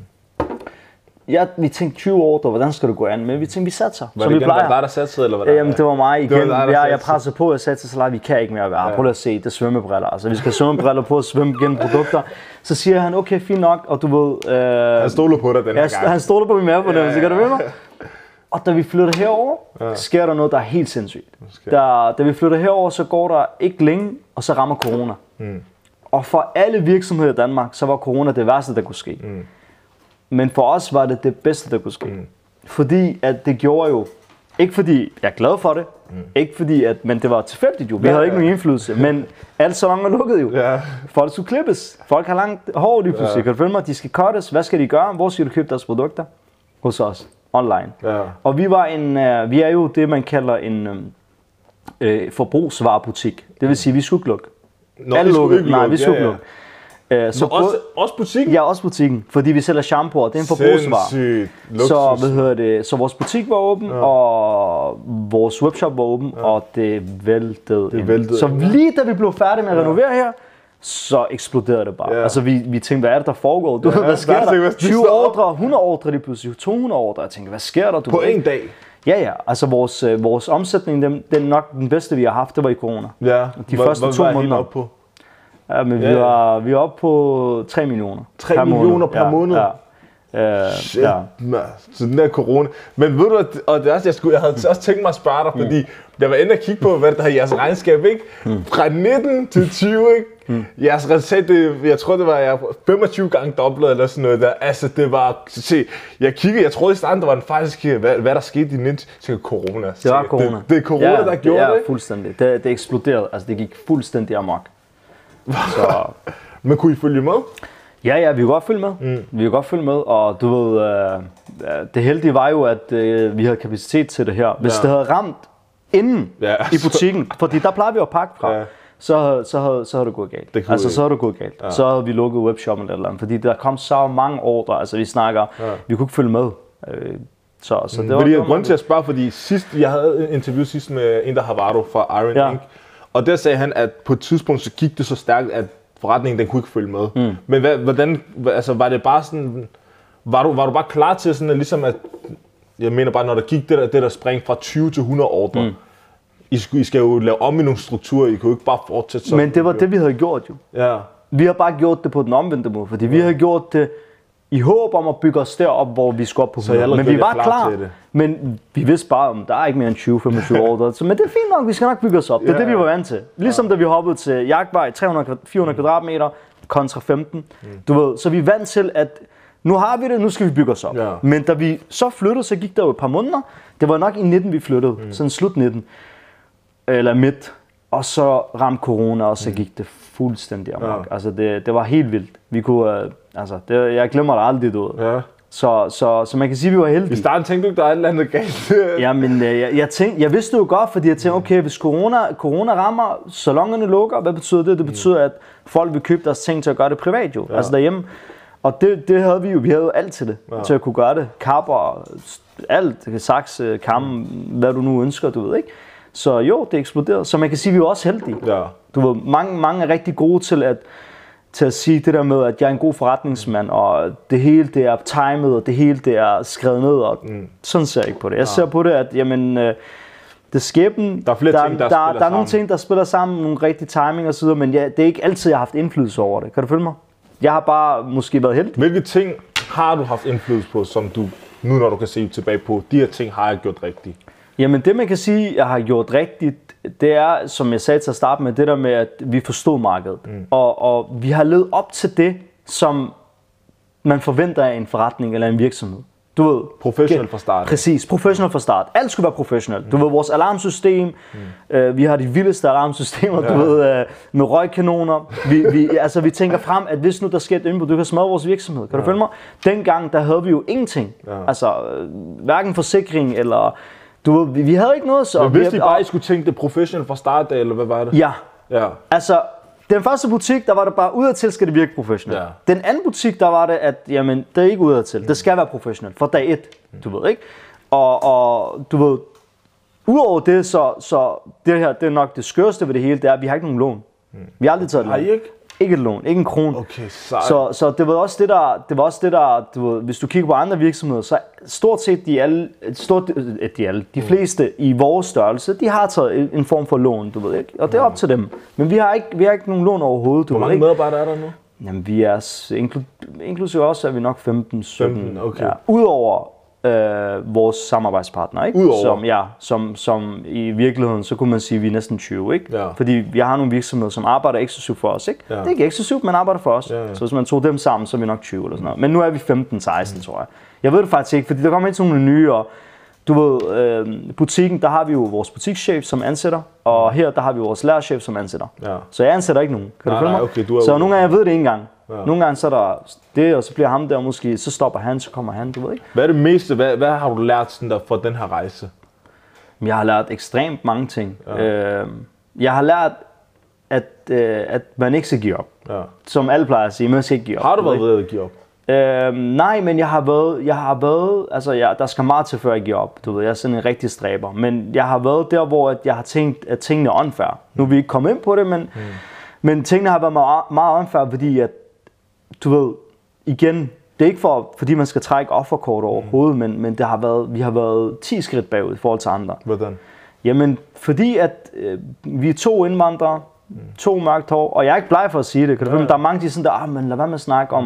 Ja, vi tænkte 20 år, hvordan skal det gå an? Men vi tænkte, vi satser. Var det dig, der satsede, eller hvad der? Jamen, det var mig igen. Jeg pressede på, jeg sagde til Salah, vi kan ikke mere være. Prøv at se, det er svømmebriller. Altså, vi skal have svømmebriller på at svømme gennem produkter. Så siger han, okay, fint nok, og du ved... han stoler på dig den her gang. Han stoler på min mavefornemmelse, kan du ved mig? Og da vi flytter herover, sker der noget, der er helt sindssygt. Da vi flytter herover, så går der ikke længe, og så rammer corona. Og for alle virksomheder i Danmark, så var corona det værste, der kunne ske. Men for os var det bedste, der kunne ske. Fordi at det gjorde jo, ikke fordi jeg er glad for det, ikke fordi men det var tilfældigt jo, vi havde ikke nogen indflydelse, men alle salonger lukkede jo. Folk skulle klippes, folk har langt hår lige pludselig, kan du følge mig, de skal cuttes, hvad skal de gøre, hvor skal de købe deres produkter? Hos os, online. Og vi er jo det, man kalder en forbrugsvarebutik, det vil sige, vi skulle ikke lukke. Alle lukkede, nej, vi skulle ikke lukke. Så også butikken? Ja, også butikken, fordi vi sælger shampoo, det er en forbrugsvare. Så vores butik var åben, og vores webshop var åben, og det væltede. Så lige da vi blev færdige med at renovere her, så eksploderede det bare. Altså vi tænkte, hvad er det der foregår? Hvad sker der? 20 ordre, 100 ordre lige pludselig, 200 ordre. Jeg tænkte, hvad sker der? På en dag? Ja, altså vores omsætning, den er nok den bedste, vi har haft, det var i corona. Ja, de første 2 måneder. Op på? Ja, men vi var oppe på 3 millioner. 3 millioner per måned? Ja. Shit, man. Så den der corona. Men ved du, og det er også, jeg havde også tænkt mig at spørge dig, fordi jeg var inde og kigge på, hvad der har jeres regnskab, ikke? Fra 19 til 20, ikke? Jeres resultat, jeg tror det var 25 gange dobbelt eller sådan noget der. Altså det var, se, jeg troede i starten, der var en faktisk, hvad der skete i 19, så corona. Det var corona. Det er corona, der gjorde det, ikke? Ja, fuldstændig. Det eksploderede, altså det gik fuldstændig amok. Så... Men kunne I følge med? Ja, vi kunne godt følge med. Vi kunne godt følge med, og du ved, det heldige var jo, at vi havde kapacitet til det her. Hvis det havde ramt inden i butikken, fordi der plejer vi at pakke fra, så havde det gået galt. Så havde det gået galt. Ja. Så havde vi lukket webshoppen eller andet, fordi der kom så mange ordre, altså vi snakker, vi kunne ikke følge med. Så det var grund til at spørge, fordi sidst, jeg havde et interview sidst med en, der Havaro fra Iron Inc., og der sagde han, at på et tidspunkt, så gik det så stærkt, at forretningen, den kunne ikke følge med. Men hvordan, altså var det bare sådan, var du bare klar til sådan, at ligesom at, jeg mener bare, når der gik det der spring fra 20 til 100 ordre, I skal jo lave om i nogle strukturer, I kunne jo ikke bare fortsætte sådan. Men det var det, vi havde gjort jo. Ja. Vi har bare gjort det på den omvendte måde, fordi vi havde gjort det i håb om at bygge os derop, hvor vi skulle op på 100. Men vi var klar, men vi vidste bare, om der er ikke mere end 20-25 ordre. Men det er fint nok, vi skal nok bygge os op. Det er det, vi var vant til. Ligesom da vi hoppede til Jagtvej, 300-400 kvadratmeter kontra 15. Du ved, så vi er vant til, at nu har vi det, nu skal vi bygge os op. Ja. Men da vi så flyttede, så gik der jo et par måneder. Det var nok i 19, vi flyttede. Sådan slut 19. Eller midt. Og så ramte corona, og så gik det fuldstændig amok. Altså det var helt vildt. Vi kunne, jeg glemmer det aldrig ud. Ja. Så man kan sige, at vi var heldige. I starten tænkte du ikke, der er et eller andet galt? Ja, men jeg vidste det jo godt, fordi jeg tænkte, okay, hvis corona rammer, salonerne lukker, hvad betyder det? Det betyder, at folk vil købe deres ting til at gøre det privat jo, altså derhjemme. Og det havde vi jo, jo alt til det, til at kunne gøre det. Kapper, alt, saks, kam, hvad du nu ønsker, du ved ikke. Så jo, det eksploderede. Så man kan sige, at vi var også heldige. Ja. Du ved, mange er rigtig gode til at sige det der med, at jeg er en god forretningsmand, og det hele det er timet, og det hele det er skrevet ned, og sådan ser jeg ikke på det. Jeg ser på det, at jamen, det er skæbnen. Der er flere ting, der er nogle ting, der spiller sammen, nogle rigtige timing og så videre, men det er ikke altid, jeg har haft indflydelse over det. Kan du følge mig? Jeg har bare måske været heldig. Hvilke ting har du haft indflydelse på, som du, nu når du kan se tilbage på, de her ting har jeg gjort rigtigt? Jamen det man kan sige, jeg har gjort rigtigt, det er, som jeg sagde til at starte med, det der med, at vi forstod markedet. Og vi har levet op til det, som man forventer af en forretning eller en virksomhed. Du ved, professionelt fra start. Præcis, professionelt fra start. Alt skulle være professionelt. Du ved, vores alarmsystem, vi har de vildeste alarmsystemer, du ved, med røgkanoner. Vi tænker frem, at hvis nu der sker et indbrud, du kan smadre vores virksomhed. Kan du følge mig? Dengang, der havde vi jo ingenting. Altså, hverken forsikring eller... Du ved, vi havde ikke noget så... Men vidste I bare, I skulle tænke det professionelt fra start af, eller hvad var det? Ja. Altså, den første butik, der var det bare udadtil, skal det virke professionelt. Ja. Den anden butik, der var det, at jamen, det er ikke udadtil. Det skal være professionelt fra dag 1, du ved, ikke? Og du ved, udover det, så det her, det er nok det skørste ved det hele, det er, at vi har ikke nogen lån. Vi har aldrig taget lån. Har I ikke? Ikke et lån, ikke en krone. Okay, så det var også det der, du ved, hvis du kigger på andre virksomheder, så stort set de fleste i vores størrelse, de har taget en form for lån, du ved ikke, og det er op til dem. Men vi har ikke nogen lån overhovedet. Hvor mange medarbejdere er der nu? Jamen vi er inklusive også er vi nok 15-17. Okay. Ja, udover vores samarbejdspartner, ikke? Som i virkeligheden, så kunne man sige, at vi er næsten 20, ikke? Ja. Fordi vi har nogle virksomheder, som arbejder eksklusivt for os, ikke? Ja. Det er ikke eksklusivt, men arbejder for os. Ja. Så hvis man tog dem sammen, så er vi nok 20 eller sådan noget. Men nu er vi 15-16, tror jeg. Jeg ved det faktisk ikke, fordi der kommer ikke nogle nye, og du ved, butikken, der har vi jo vores butikschef, som ansætter, og her, der har vi vores lærerchef, som ansætter. Ja. Så jeg ansætter ikke nogen. Kan du følge mig? Okay, så nogle gange, jeg ved det ikke engang. Ja. Nogle gange så er der det, og så bliver ham der måske, så stopper han, så kommer han, du ved ikke. Hvad er det meste, hvad har du lært sådan der fra den her rejse? Jeg har lært ekstremt mange ting. Ja. Jeg har lært, at man ikke skal give op. Ja. Som alle plejer at sige, man skal ikke give op. Har du været ved at give op? Nej, men jeg har været, altså der skal meget til, før jeg giver op. Du ved, jeg er sådan en rigtig stræber. Men jeg har været der, hvor jeg har tænkt, at tingene er unfair. Nu er vi ikke kommet ind på det, men tingene har været meget unfair, fordi at, du ved, igen, det er ikke fordi man skal trække offerkort overhovedet, men vi har været 10 skridt bagud i forhold til andre. Hvordan? Jamen, fordi at vi er 2 indvandrere, 2 mørkt hår, og jeg er ikke bleg for at sige det. Kan du følge? Der er mange, der er sådan der, men lad være med at snakke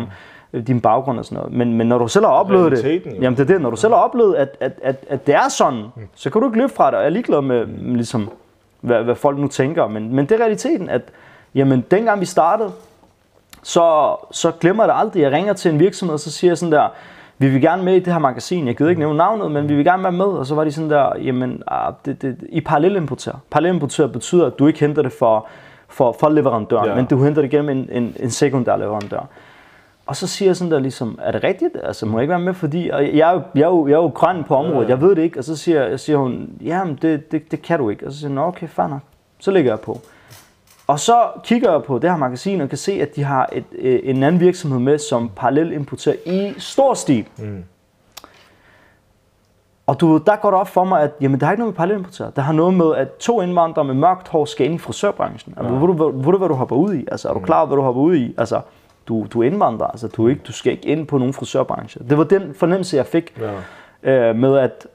din baggrund og sådan noget. Men når du selv har oplevet det, jamen det er det, når du selv har oplevet, at det er sådan, så kan du ikke løbe fra det, og jeg er ligeglad med ligesom, hvad folk nu tænker, men det er realiteten, at jamen, dengang vi startede, så glemmer jeg det aldrig. Jeg ringer til en virksomhed, og så siger jeg sådan der, vi vil gerne med i det her magasin. Jeg gider ikke nævne navnet, men vi vil gerne være med. Og så var de sådan der, jamen, I parallelimporterer. Parallelimporterer betyder, at du ikke henter det for leverandøren, men du henter det gennem en sekundær leverandør. Og så siger jeg sådan der ligesom, er det rigtigt? Altså, må jeg ikke være med, fordi jeg er jo grøn på området, jeg ved det ikke. Og så siger hun, jamen, det kan du ikke. Og så siger hun, okay, fair nok. Så lægger jeg på. Og så kigger jeg på det her magasin og kan se, at de har en anden virksomhed med, som parallelt importerer i stor stil. Og der går det op for mig, at jamen, der har ikke noget med parallelt importerer. Der har noget med, at 2 indvandrere med mørkt hår skal ind i frisørbranchen. Altså, ved du, hvad du hopper ud i? Altså, er du klar over, hvad du hopper ud i? Altså, du er indvandrer, altså, du skal ikke ind på nogen frisørbranche. Det var den fornemmelse, jeg fik med, at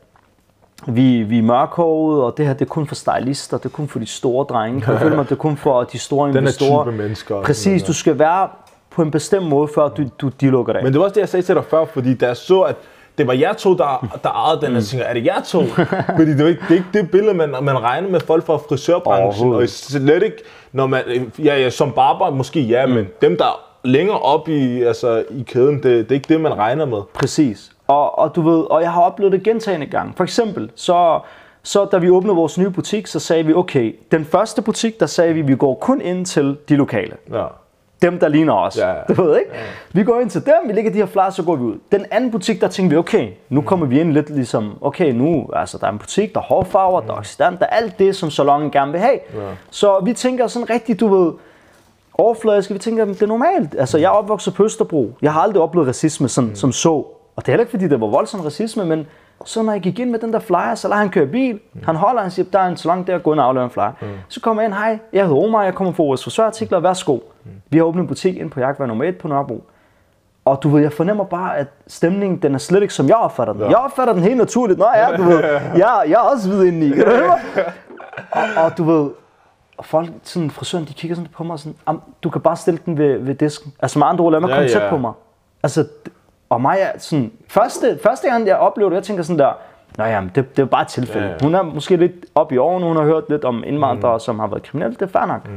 vi er mørkhårede, og det her det er kun for stylister, det er kun for de store drenge. Kan du føle mig, det er kun for de store investorer. Den type mennesker. Præcis, du skal være på en bestemt måde, før de lukker dig. Men det var også det, jeg sagde til dig før, fordi da jeg så, at det var jer to, der ejede den, jeg tænker, er det jer to? Fordi det er ikke det billede, man regner med folk fra frisørbranchen, og slet ikke, når man, som barber måske men dem, der er længere op i kæden, det er ikke det, man regner med. Præcis. Og du ved, og jeg har oplevet det gentagne gange. For eksempel, så da vi åbnede vores nye butik, så sagde vi, okay, den første butik, der sagde vi går kun ind til de lokale. Ja. Dem, der ligner os. Ja. Du ved ikke? Ja. Vi går ind til dem, vi lægger de her flyers, så går vi ud. Den anden butik, der tænkte vi, okay, nu kommer vi ind lidt ligesom, okay, nu, altså der er en butik, der er hårfarver, der er oxidant, der er alt det, som salonen gerne vil have. Ja. Så vi tænker sådan rigtig, du ved, overfladisk, vi tænker, det er normalt. Altså, jeg er opvokset på Østerbro. Jeg har aldrig oplevet racisme som så. Og det er heller ikke, fordi det var voldsom racisme, men så når jeg gik ind med den der flyer, så lader han køre bil. Han holder, han siger, der er en salon der, gå ind og aflevere en flyer. Så kommer jeg ind, hej, jeg hedder Omar, jeg kommer fra vores frisørartikler, værsgo. Vi har åbnet en butik ind på Jagtvej nummer 1 på Nørrebro. Og du ved, jeg fornemmer bare, at stemningen, den er slet ikke, som jeg opfatter den. Jeg opfatter den helt naturligt. Nå ja, du ved, jeg er også videre inde i. Kan du høre mig? Og du ved, og folk, sådan frisøren, de kigger sådan på mig og sådan, du kan bare stille den ved disken. Altså med andre ord, lad mig komme tæt på mig. Altså, og mig er sådan, første gang jeg oplevede det, jeg tænker sådan der, nå jamen, det er bare et tilfælde. Ja. Hun er måske lidt op i årene, hun har hørt lidt om indvandrere, som har været kriminelle, det er fair nok.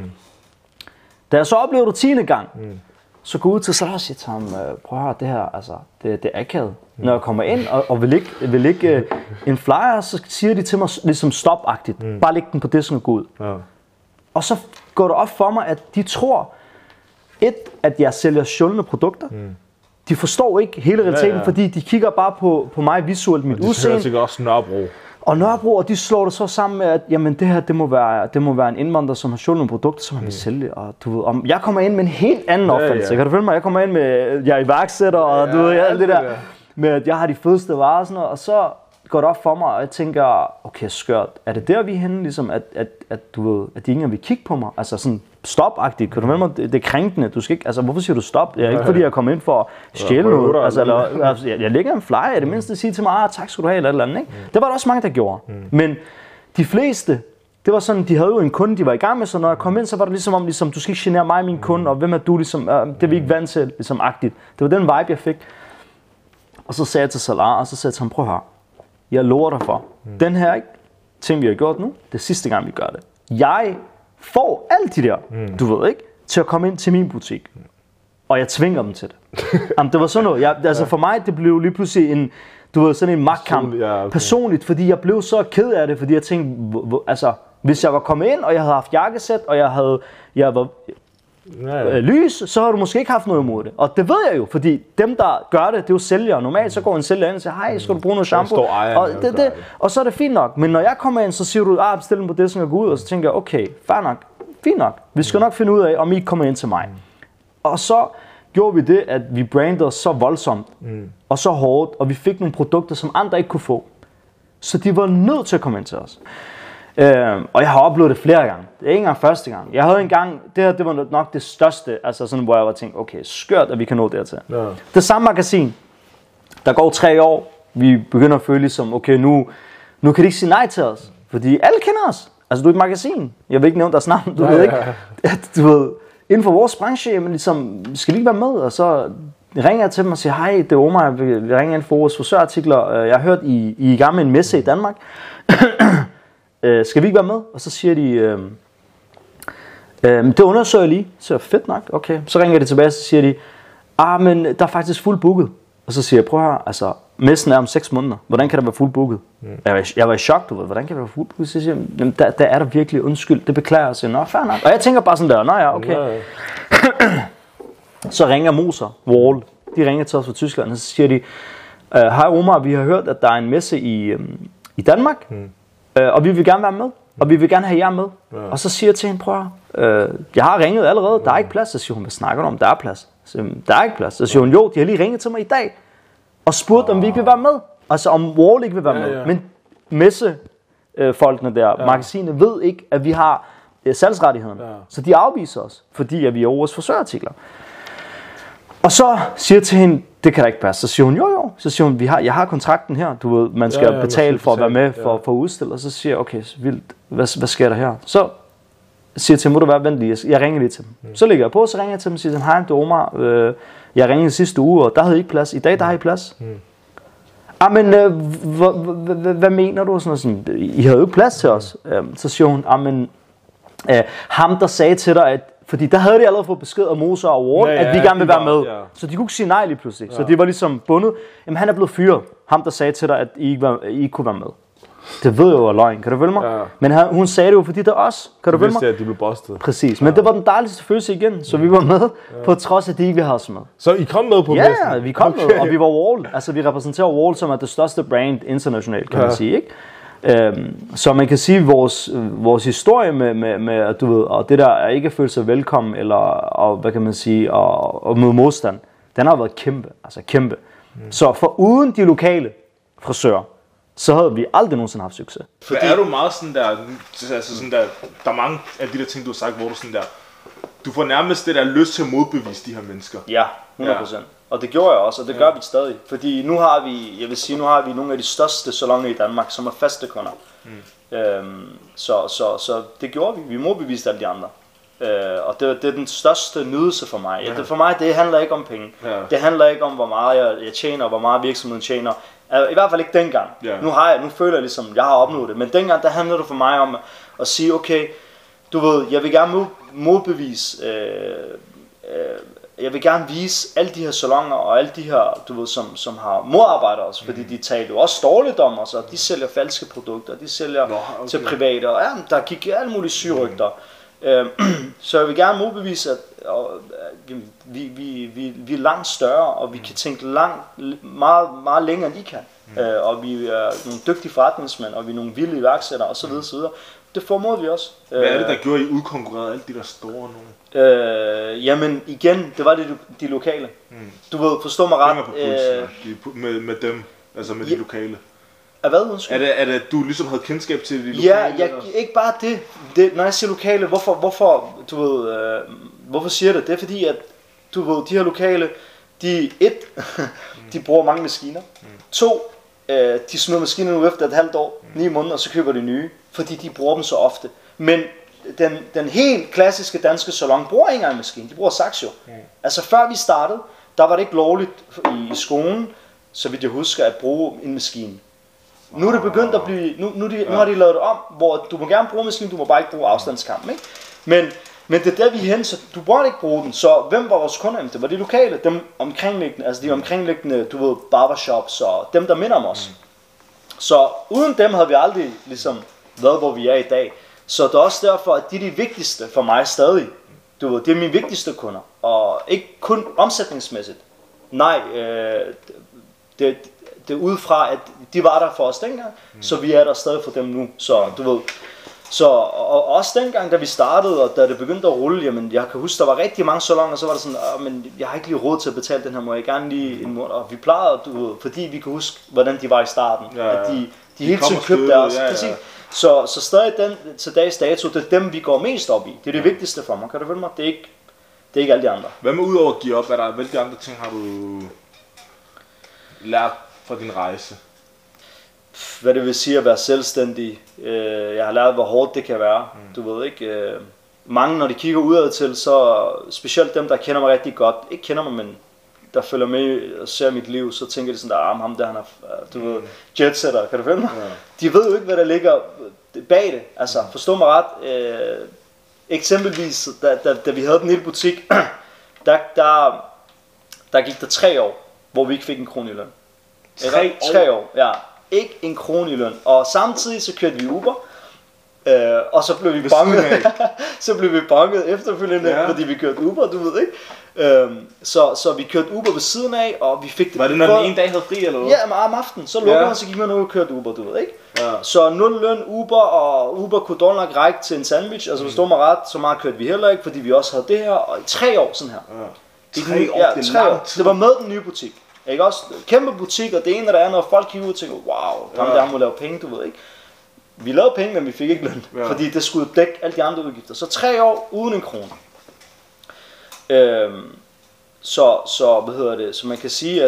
Da jeg så oplevede det 10. gang, så går jeg ud til Salah og siger til ham, prøv at høre, det her, altså, det er akavet. Når jeg kommer ind og vil ikke en flyer, så siger de til mig ligesom stop-agtigt, bare læg den på disken og gå ud. Ja. Og så går det op for mig, at de tror, at jeg sælger sjældne produkter. De forstår ikke hele realiteten, fordi de kigger bare på mig visuelt, mit udseende. Det er også Nørrebro. Og Nørrebro, og de slår det så sammen med, at jamen, det her, det må være en indvandrer, som har sjældne produkter, som han vil sælge. Og du ved, jeg kommer ind med en helt anden opfattelse. Kan du følge mig? Jeg kommer ind med, jeg er iværksætter, og du ved, alt det der. Med at jeg har de fedeste varer og sådan noget, og så går det op for mig, og jeg tænker, okay, skørt, er det der, vi er henne, ligesom, at du ved, at de ikke vil kigge på mig? Altså sådan stop-agtigt, kan du med mig? Det er krænkende, du skal ikke, altså hvorfor siger du stop? Det er ikke fordi, jeg kommer ind for at stjæle noget, altså, jeg lægger en flyer, det mindste sige til mig, tak skal du have, eller andet, ikke? Det var der også mange, der gjorde, men de fleste, det var sådan, de havde jo en kunde, de var i gang med, så når jeg kom ind, så var det ligesom, du skal ikke genere mig, min kunde, og hvem er du, ligesom, det er vi ikke vant til, ligesom agtigt. Det var den vibe, jeg fik. Og så sagde jeg til Salah, og så sagde jeg til ham, prøv at høre, jeg lover dig for, den her ting, vi har gjort nu, det er sidste gang, vi gør det. Jeg får alle de der, du ved ikke, til at komme ind til min butik. Og jeg tvinger dem til det. Jamen, det var sådan noget. Altså for mig, det blev lige pludselig sådan en magtkamp. Personligt, fordi jeg blev så ked af det, fordi jeg tænkte, altså, hvis jeg var kommet ind, og jeg havde haft jakkesæt, og jeg var lys, så har du måske ikke haft noget imod det. Og det ved jeg jo, fordi dem, der gør det, det er jo sælgere. Normalt så går en sælger ind og siger, hej, skal du bruge noget shampoo? Og så er det fint nok. Men når jeg kommer ind, så siger du, bestil den på disken og gå ud, og så tænker jeg, okay, fair nok, fint nok. Vi skal nok finde ud af, om I kommer ind til mig. Og så gjorde vi det, at vi brandede os så voldsomt, og så hårdt, og vi fik nogle produkter, som andre ikke kunne få. Så de var nødt til at komme ind til os. Og jeg har oplevet det flere gange. Det er ikke engang første gang. Jeg havde en gang, det var nok det største, altså sådan, hvor jeg var tænkt, okay, skørt, at vi kan nå dertil. Ja. Det samme magasin, der går 3 år, vi begynder at føle ligesom, okay, nu kan de ikke sige nej til os, fordi alle kender os. Altså, du er et magasin. Jeg vil ikke nævne deres navn, du ved ikke. Du ved, inden for vores branche, jamen, ligesom, skal de ikke være med, og så ringer jeg til dem og siger, hej, det er Omar, vi ringer ind for vores frisørartikler. Jeg har hørt, I er i gang med en messe i Danmark. Skal vi ikke være med? Og så siger de, det undersøger jeg lige. Så fedt nok, okay. Så ringer de tilbage, og så siger de, men der er faktisk fuldt booket. Og så siger jeg, prøv at høre, altså, messen er om 6 måneder. Hvordan kan der være fuldt booket? Jeg var i chok, du ved. Hvordan kan der være fuldt booket? Så siger jeg, der er der virkelig undskyld. Det beklager jeg. Så nå, fair nok. Og jeg tænker bare sådan der, nå ja, okay. Så ringer Moser, Wall. De ringer til os fra Tyskland, og så siger de, hej Omar, vi har hørt, at der er en messe i Danmark, og vi vil gerne være med. Og vi vil gerne have jer med. Og så siger jeg til hende, prøv jeg har ringet allerede, der er ikke plads. Så siger hun, hvad snakker du om, der er plads? Så, der er ikke plads. Så siger hun, jo, de har lige ringet til mig i dag, og spurgt, om vi ikke vil være med. Altså om Wall ikke vil være med. Men messefolkene der, magasinet, ved ikke, at vi har salgsrettigheden. Så de afviser os, fordi at vi er vores frisørartikler. Og så siger jeg til hende, det kan da ikke passe. Så siger hun, jo. Så siger hun, jeg har kontrakten her. Du ved, man skal betale for at være med for at udstille. Og så siger jeg, okay, vildt. Hvad sker der her? Så siger jeg til dem, må du være venlig. Jeg ringer lige til dem. Så lægger jeg på, så ringer jeg til dem og siger, hej, det er Omar. Jeg ringede sidste uge, og der havde I ikke plads. I dag, der har I plads. Men hvad mener du? Sådan, I havde jo ikke plads til os. Så siger hun, ham der sagde til dig, at fordi der havde de allerede fået besked af Moser og Wall, at vi gerne vil være med. Ja. Så de kunne ikke sige nej lige pludselig. Ja. Så de var ligesom bundet. Jamen han er blevet fyret. Ham der sagde til dig, at I ikke kunne være med. Det ved jeg jo er løgn. Kan du følge mig? Ja. Men hun sagde det jo, fordi det er os. Kan du følge mig? At de blev bustet. Præcis. Men det var den dejligste følelse igen. Så vi var med, på trods af, at de ikke ville have os med. Så I kom med på messen? Ja, vi kom med, og vi var Wall. Altså vi repræsenterer Wall, som er det største brand internationalt, kan man sige, ikke? Så man kan sige, vores historie med du ved, og det der er ikke at føle sig velkommen, eller og, hvad kan man sige, og mod modstand, den har været kæmpe. Så for uden de lokale frisører, så havde vi aldrig nogensinde haft succes. Fordi er du meget sådan der, altså sådan der er mange af de der ting, du har sagt, hvor du sådan der, du får nærmest det der lyst til at modbevise de her mennesker. Ja, 100%. Og det gjorde jeg også, og det gør vi stadig. Fordi nu har vi, nogle af de største salonger i Danmark, som er faste kunder. Så det gjorde vi. Vi modbeviste alle de andre. Og det er den største nydelse for mig. Ja. For mig, det handler ikke om penge. Ja. Det handler ikke om, hvor meget jeg tjener, og hvor meget virksomheden tjener. I hvert fald ikke dengang. Ja. Nu føler jeg ligesom, jeg har opnået det. Men dengang, der handler det for mig om at sige, okay, du ved, jeg vil gerne modbevise... jeg vil gerne vise alle de her salonger og alle de her, du ved, som har modarbejdet os, fordi de taler jo også dårligt om os, og de sælger falske produkter, de sælger til private, og der gik alle mulige syrygter. Så jeg vil gerne modbevise, at vi er langt større, og vi kan tænke meget, meget længere end I kan. Og vi er nogle dygtige forretningsmænd, og vi er nogle vilde iværksættere osv. Det formåede vi også. Hvad er det, der gjorde, I udkonkurrerede alle de der store nogen? Jamen igen, det var de lokale. Du ved, forstå mig ret. Med dem, altså med de lokale. Hvad, undskyld? Er det, at du ligesom havde kendskab til de lokale? Ja, ikke bare det. Når jeg siger lokale, hvorfor siger jeg det? Det er fordi, at du ved, de her lokale, de bruger mange maskiner. 2, de smider maskinerne ud efter et halvt år, 9 måneder, og så køber de nye, fordi de bruger dem så ofte. Men den helt klassiske danske salon bruger ikke engang en maskine, de bruger Saxo. Altså før vi startede, der var det ikke lovligt i skolen, så vidt jeg husker, at bruge en maskine. Nu er det begyndt at blive, nu har de lavet det om, hvor du må gerne bruge maskinen, du må bare ikke bruge afstandskampen, ikke? Men det er der vi er hen, så du burde ikke bruge den. Så hvem var vores kunder? Det var de lokale, dem omkringliggende, altså de omkringliggende, du ved, barbershops og dem der minder om os. Så uden dem havde vi aldrig ligesom været, hvor vi er i dag. Så det er også derfor, at de er de vigtigste for mig stadig. Du ved, det er mine vigtigste kunder, og ikke kun omsætningsmæssigt. Nej, det er ud fra, at de var der for os dengang, så vi er der stadig for dem nu. Så du ved, og også dengang, da vi startede, og da det begyndte at rulle, jamen jeg kan huske, der var rigtig mange salonger, så var det sådan, men jeg har ikke lige råd til at betale den her, må jeg gerne lige en måned. Og vi plejede, du ved, fordi vi kan huske, hvordan de var i starten, at de hele tiden købte deres. Så stadig til dags dato, det er dem, vi går mest op i. Det er det vigtigste for mig, kan du følge mig? Det er ikke alle de andre. Hvad med udover at give op, hvilke andre ting har du lært fra din rejse? Hvad det vil sige at være selvstændig. Jeg har lært, hvor hårdt det kan være. Du ved ikke. Mange, når de kigger udad til, så specielt dem, der kender mig rigtig godt, ikke kender mig, men der følger med og ser mit liv, så tænker de sådan der, ham der, han er, du ved, jetsetter, kan du følge mig? Ja. De ved jo ikke, hvad der ligger bag det, altså, forstå mig ret. Eksempelvis, da vi havde den lille butik, der gik der 3 år, hvor vi ikke fik en krone i løn. 3 år, ja. Ikke en krone i løn. Og samtidig så kørte vi Uber, og så blev vi banket. Så blev vi banket efterfølgende, fordi vi kørte Uber, du ved ikke. Så vi kørte Uber ved siden af, og vi fik det. Var det når den ene dag havde fri eller hvad? Ja, om aftenen, så lukkede man, så gik man ud og kørte Uber, du ved ikke. Ja. Så 0 løn Uber, og Uber kunne dårligt nok række til en sandwich. Altså hvis du mig ret, så meget kørte vi heller ikke, fordi vi også havde det her, og i 3 år sådan her. Ja. 3 år, det er 3 år. Det var med den nye butik. Ikke også? Kæmpe butik, og det ene og det andet, og folk kigger ud og tænker, wow, ham der må lave penge, du ved ikke. Vi lavede penge, men vi fik ikke løn, fordi det skulle dække alle de andre udgifter. Så 3 år uden en krone. Så man kan sige, at...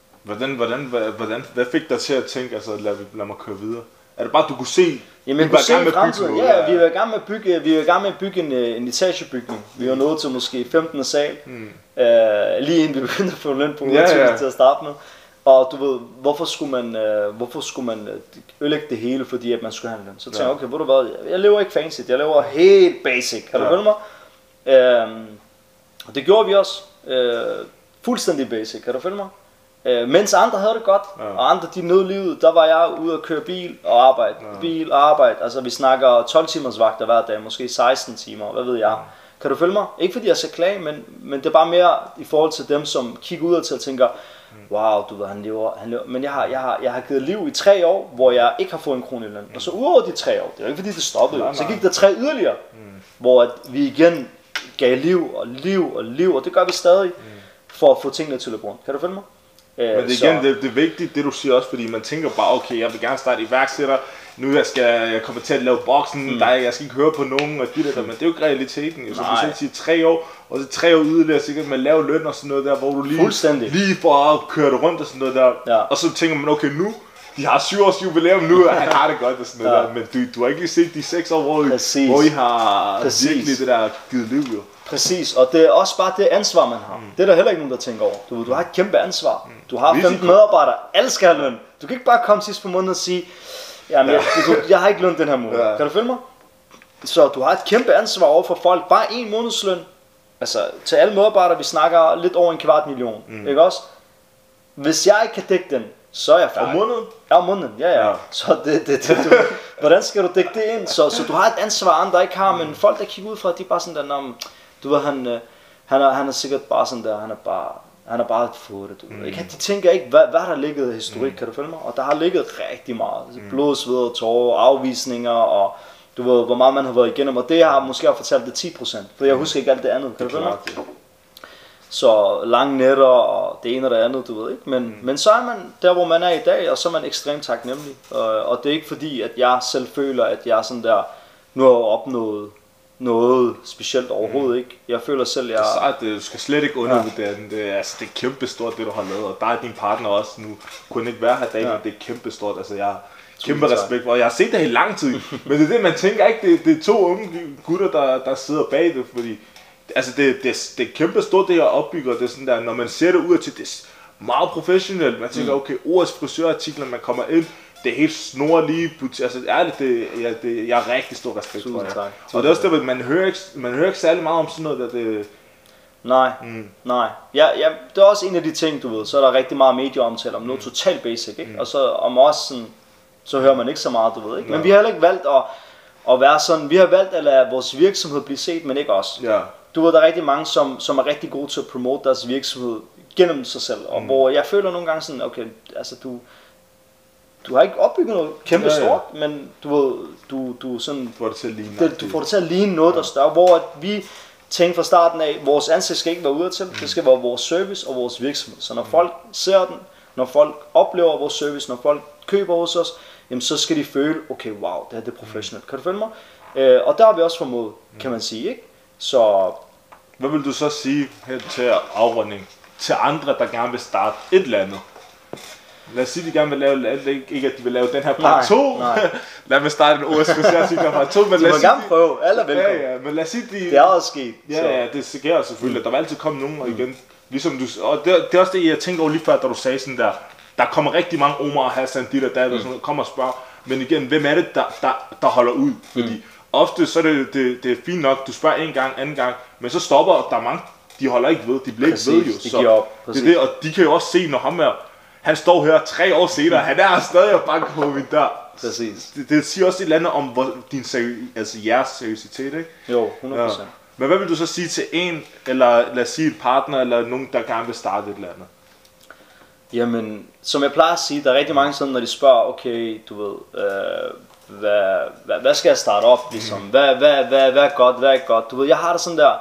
Hvad fik dig til at tænke, altså lad mig køre videre? Er det bare, du kunne se... Jamen, jeg kunne se i fremtiden. Ja, vi var i gang med at bygge en etagebygning. Vi var nået til måske 15. sal. Lige inden vi begyndte at få løn på til at starte med. Og du ved, hvorfor skulle man ødelægge det hele, fordi at man skulle have en løn? Så tænkte jeg, okay, ved du hvad, jeg lever ikke fancy, jeg lever helt basic. Kan du følge mig? Og det gjorde vi også. Fuldstændig basic, kan du følge mig? Mens andre havde det godt, og andre de nød livet, der var jeg ude at køre bil og arbejde. Bil og arbejde, altså vi snakker 12 timers vagter hver dag, måske 16 timer, hvad ved jeg. Kan du følge mig? Ikke fordi jeg skal klage, men det er bare mere i forhold til dem, som kigger ud og tænker, wow, du ved, han lever. Men jeg har givet liv i 3 år, hvor jeg ikke har fået en krone i løn. Og så udover de 3 år, det er jo ikke fordi det stoppede, så gik der 3 yderligere, hvor at vi igen gav liv, og det gør vi stadig, for at få tingene til at bruge. Kan du følge mig? Men det er igen, det er vigtigt, det du siger også, fordi man tænker bare, okay, jeg vil gerne starte iværksætter, nu jeg kommer til at lave boksen, jeg skal ikke høre på nogen og det der, men det er jo ikke realiteten. Så du selv siger 3 år, og så 3 år yderligere, sikkert med lav løn og sådan noget der, hvor du lige får at køre det rundt og sådan noget der, og så tænker man, okay, nu, de har 7 års jubilæum nu, og han har det godt og sådan noget der, men du har ikke lige set de 6 år, hvor I har virkelig det der givet liv jo. Præcis, og det er også bare det ansvar, man har. Det er der heller ikke nogen, der tænker over. Du har et kæmpe ansvar. Du har 15 medarbejdere, alle skal have løn. Du kan ikke bare komme sidst på måneden og sige, jamen, jeg har ikke løn den her måned. Kan du følge mig? Så du har et kæmpe ansvar over for folk. Bare 1 månedsløn. Altså, til alle medarbejdere, vi snakker lidt over 250.000. Ikke også? Hvis jeg ikke kan dække den, så er jeg færdig. Om måneden? Ja, om måneden, ja. Så hvordan skal du dække det ind? Så du har et ansvar, andre ikke har, men folk, der kigger ud fra, de er bare sådan der, du ved, han er sikkert bare sådan der, han har bare fået det, du ved ikke. De tænker ikke, hvad der ligger i historik, kan du følge mig? Og der har ligget rigtig meget, blod, sved og tårer, afvisninger, og du ved, hvor meget man har været igennem, og det har måske fortalt det 10%, for jeg husker ikke alt det andet, kan du følge mig? Så lange nætter og det ene og det andet, du ved ikke. Men så er man der, hvor man er i dag, og så er man ekstremt taknemmelig. Og det er ikke fordi, at jeg selv føler, at jeg er sådan der, nu har opnået noget specielt overhovedet ikke. Jeg føler selv, jeg... Du skal slet ikke undervurdere den. Det er kæmpe stort, det du har lavet. Og der er din partner også. Nu kunne ikke være her i dag, men det er kæmpe stort. Altså, jeg har kæmpe respekt for. Og jeg har set det i lang tid. Men det er det, man tænker ikke. Det er 2 unge gutter, der sidder bag det. Fordi altså, det er kæmpe stort, det jeg opbygger. Det er sådan der, når man ser det ud til, det er meget professionelt. Man tænker, okay, årets frisørartikler, man kommer ind. Det er helt snorlige, altså ærligt, jeg har rigtig stor respekt for det. Og det er også det, man hører ikke særlig meget om sådan noget, der det... Nej. Ja, det er også en af de ting, du ved, så er der rigtig meget medieomtale om noget totalt basic, ikke? Og så om os sådan, så hører man ikke så meget, du ved, ikke? Men vi har heller ikke valgt at være sådan, vi har valgt at lade vores virksomhed blive set, men ikke os. Ja. Du ved, der er rigtig mange, som er rigtig gode til at promote deres virksomhed gennem sig selv, og hvor jeg føler nogle gange sådan, okay, altså du har ikke opbygget noget kæmpe stort, men du ved, du sådan... Du får det til at ligne noget, der er større, hvor vi tænkte fra starten af, vores ansigt skal ikke være udadtil, det skal være vores service og vores virksomhed. Så når folk ser den, når folk oplever vores service, når folk køber hos os, jamen så skal de føle, okay, wow, det her det er professionelt. Kan du følge mig? Og der har vi også formået, kan man sige, ikke? Så... Hvad vil du så sige her til afrunding til andre, der gerne vil starte et eller andet? Lad os sige, de gerne vil lave, ikke at de vil lave den her part 2. Lad mig starte en OS-frisørartikler part 2. Men de må gerne prøve, alle er velkommen. Ja, men lad os sige, det er også sket. Ja, det sker selvfølgelig. Der vil altid komme nogen, og igen, ligesom og det er også det, jeg tænker over lige før, da du sagde sådan der kommer rigtig mange Omar, Hassan, dit og dat, og sådan noget, kommer og spørger, men igen, hvem er det, der holder ud? Fordi ofte så er det er fint nok, du spørger en gang, anden gang, men så stopper der mange, de holder ikke ved, de bliver ikke ved jo. Så det er det, og de kan jo også se, når han står her 3 år senere, han er stadig og banker på min dør. Præcis. Det siger også et eller andet om jeres seriøsitet, ikke? Jo, 100%. Ja. Men hvad vil du så sige til en, eller lad os sige et partner, eller nogen, der gerne vil starte et eller andet? Jamen, som jeg plejer at sige, der er rigtig mange sådan, når de spørger, okay, du ved, hvad skal jeg starte op, ligesom? Hvad er godt, hvad er ikke godt? Du ved, jeg har det sådan der,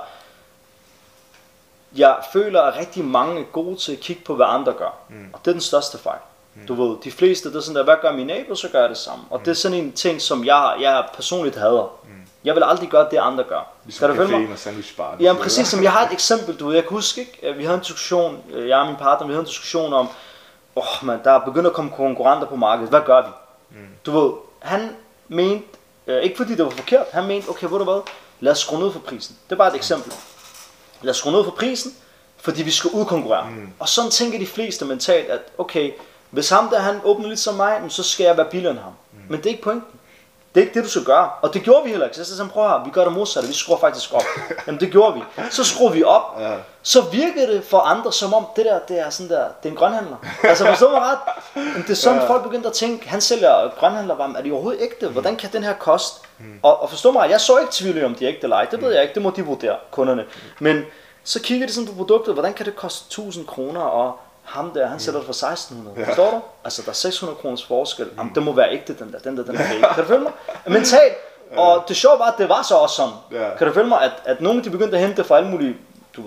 jeg føler, at rigtig mange er gode til at kigge på, hvad andre gør. Og det er den største fejl. Du ved, de fleste, det er sådan der, hvad gør min nabo, så gør jeg det samme. Og det er sådan en ting, som jeg personligt hader. Jeg vil aldrig gøre det, andre gør. Ligesom caféen og sandwichbaren. Ja, præcis. Som jeg har et eksempel, du ved, jeg kan huske, ikke? Vi havde en diskussion, jeg og min partner, vi havde en diskussion om, der er begyndt at komme konkurrenter på markedet, hvad gør vi? Du ved, han mente, ikke fordi det var forkert, han mente, okay, ved du hvad, lad os skrue ned for prisen. Det er bare et eksempel. Lad os skrue ned for prisen, fordi vi skal udkonkurrere. Og sådan tænker de fleste mentalt, at okay, hvis ham der, han åbner lidt som mig, så skal jeg være billigere end ham. Men det er ikke pointen. Det er ikke det, du skal gøre. Og det gjorde vi heller ikke. Så jeg sagde, prøv her, vi gør det modsatte, vi skruer faktisk op. Jamen det gjorde vi. Så skruer vi op. Så virker det for andre, som om det der, det er sådan der, det er en grønhandler. Altså forstår mig ret? Men det er sådan, folk begyndte at tænke, han sælger grønhandlervarme, er de overhovedet ægte? Hvordan kan den her koste? Og forstå mig ret, jeg så ikke tvivl om de er ægte eller ej. Det ved jeg ikke, det må de vurdere, kunderne. Men så kigger de sådan på produktet, hvordan kan det koste 1000 kroner, og ham der, han sælger det for 1600. Forstår du? Altså der er 600 kroners forskel. Jamen det må være ægte, den der er fake. Kan du følge mig? Mentalt. Og det sjove var, at det var så også sådan. Kan du følge mig? At nogen de begyndte at hente fra alle mulige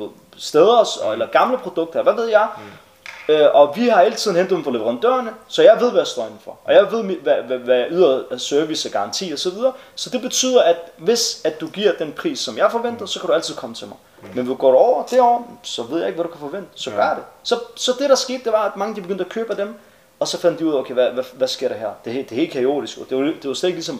steder, eller gamle produkter, hvad ved jeg. Og vi har altid hentet dem fra leverandørerne, så jeg ved, hvad jeg står indenfor. Og jeg ved, hvad jeg yder af service og garanti og så videre. Så det betyder, at hvis at du giver den pris, som jeg forventer, så kan du altid komme til mig. Men hvis du går over derovre, så ved jeg ikke, hvad du kan forvente. Så gør det. Så det, der skete, det var, at mange de begyndte at købe dem. Og så fandt de ud af, okay, hvad sker der her? Det er helt kaotisk. Det var slet ikke ligesom,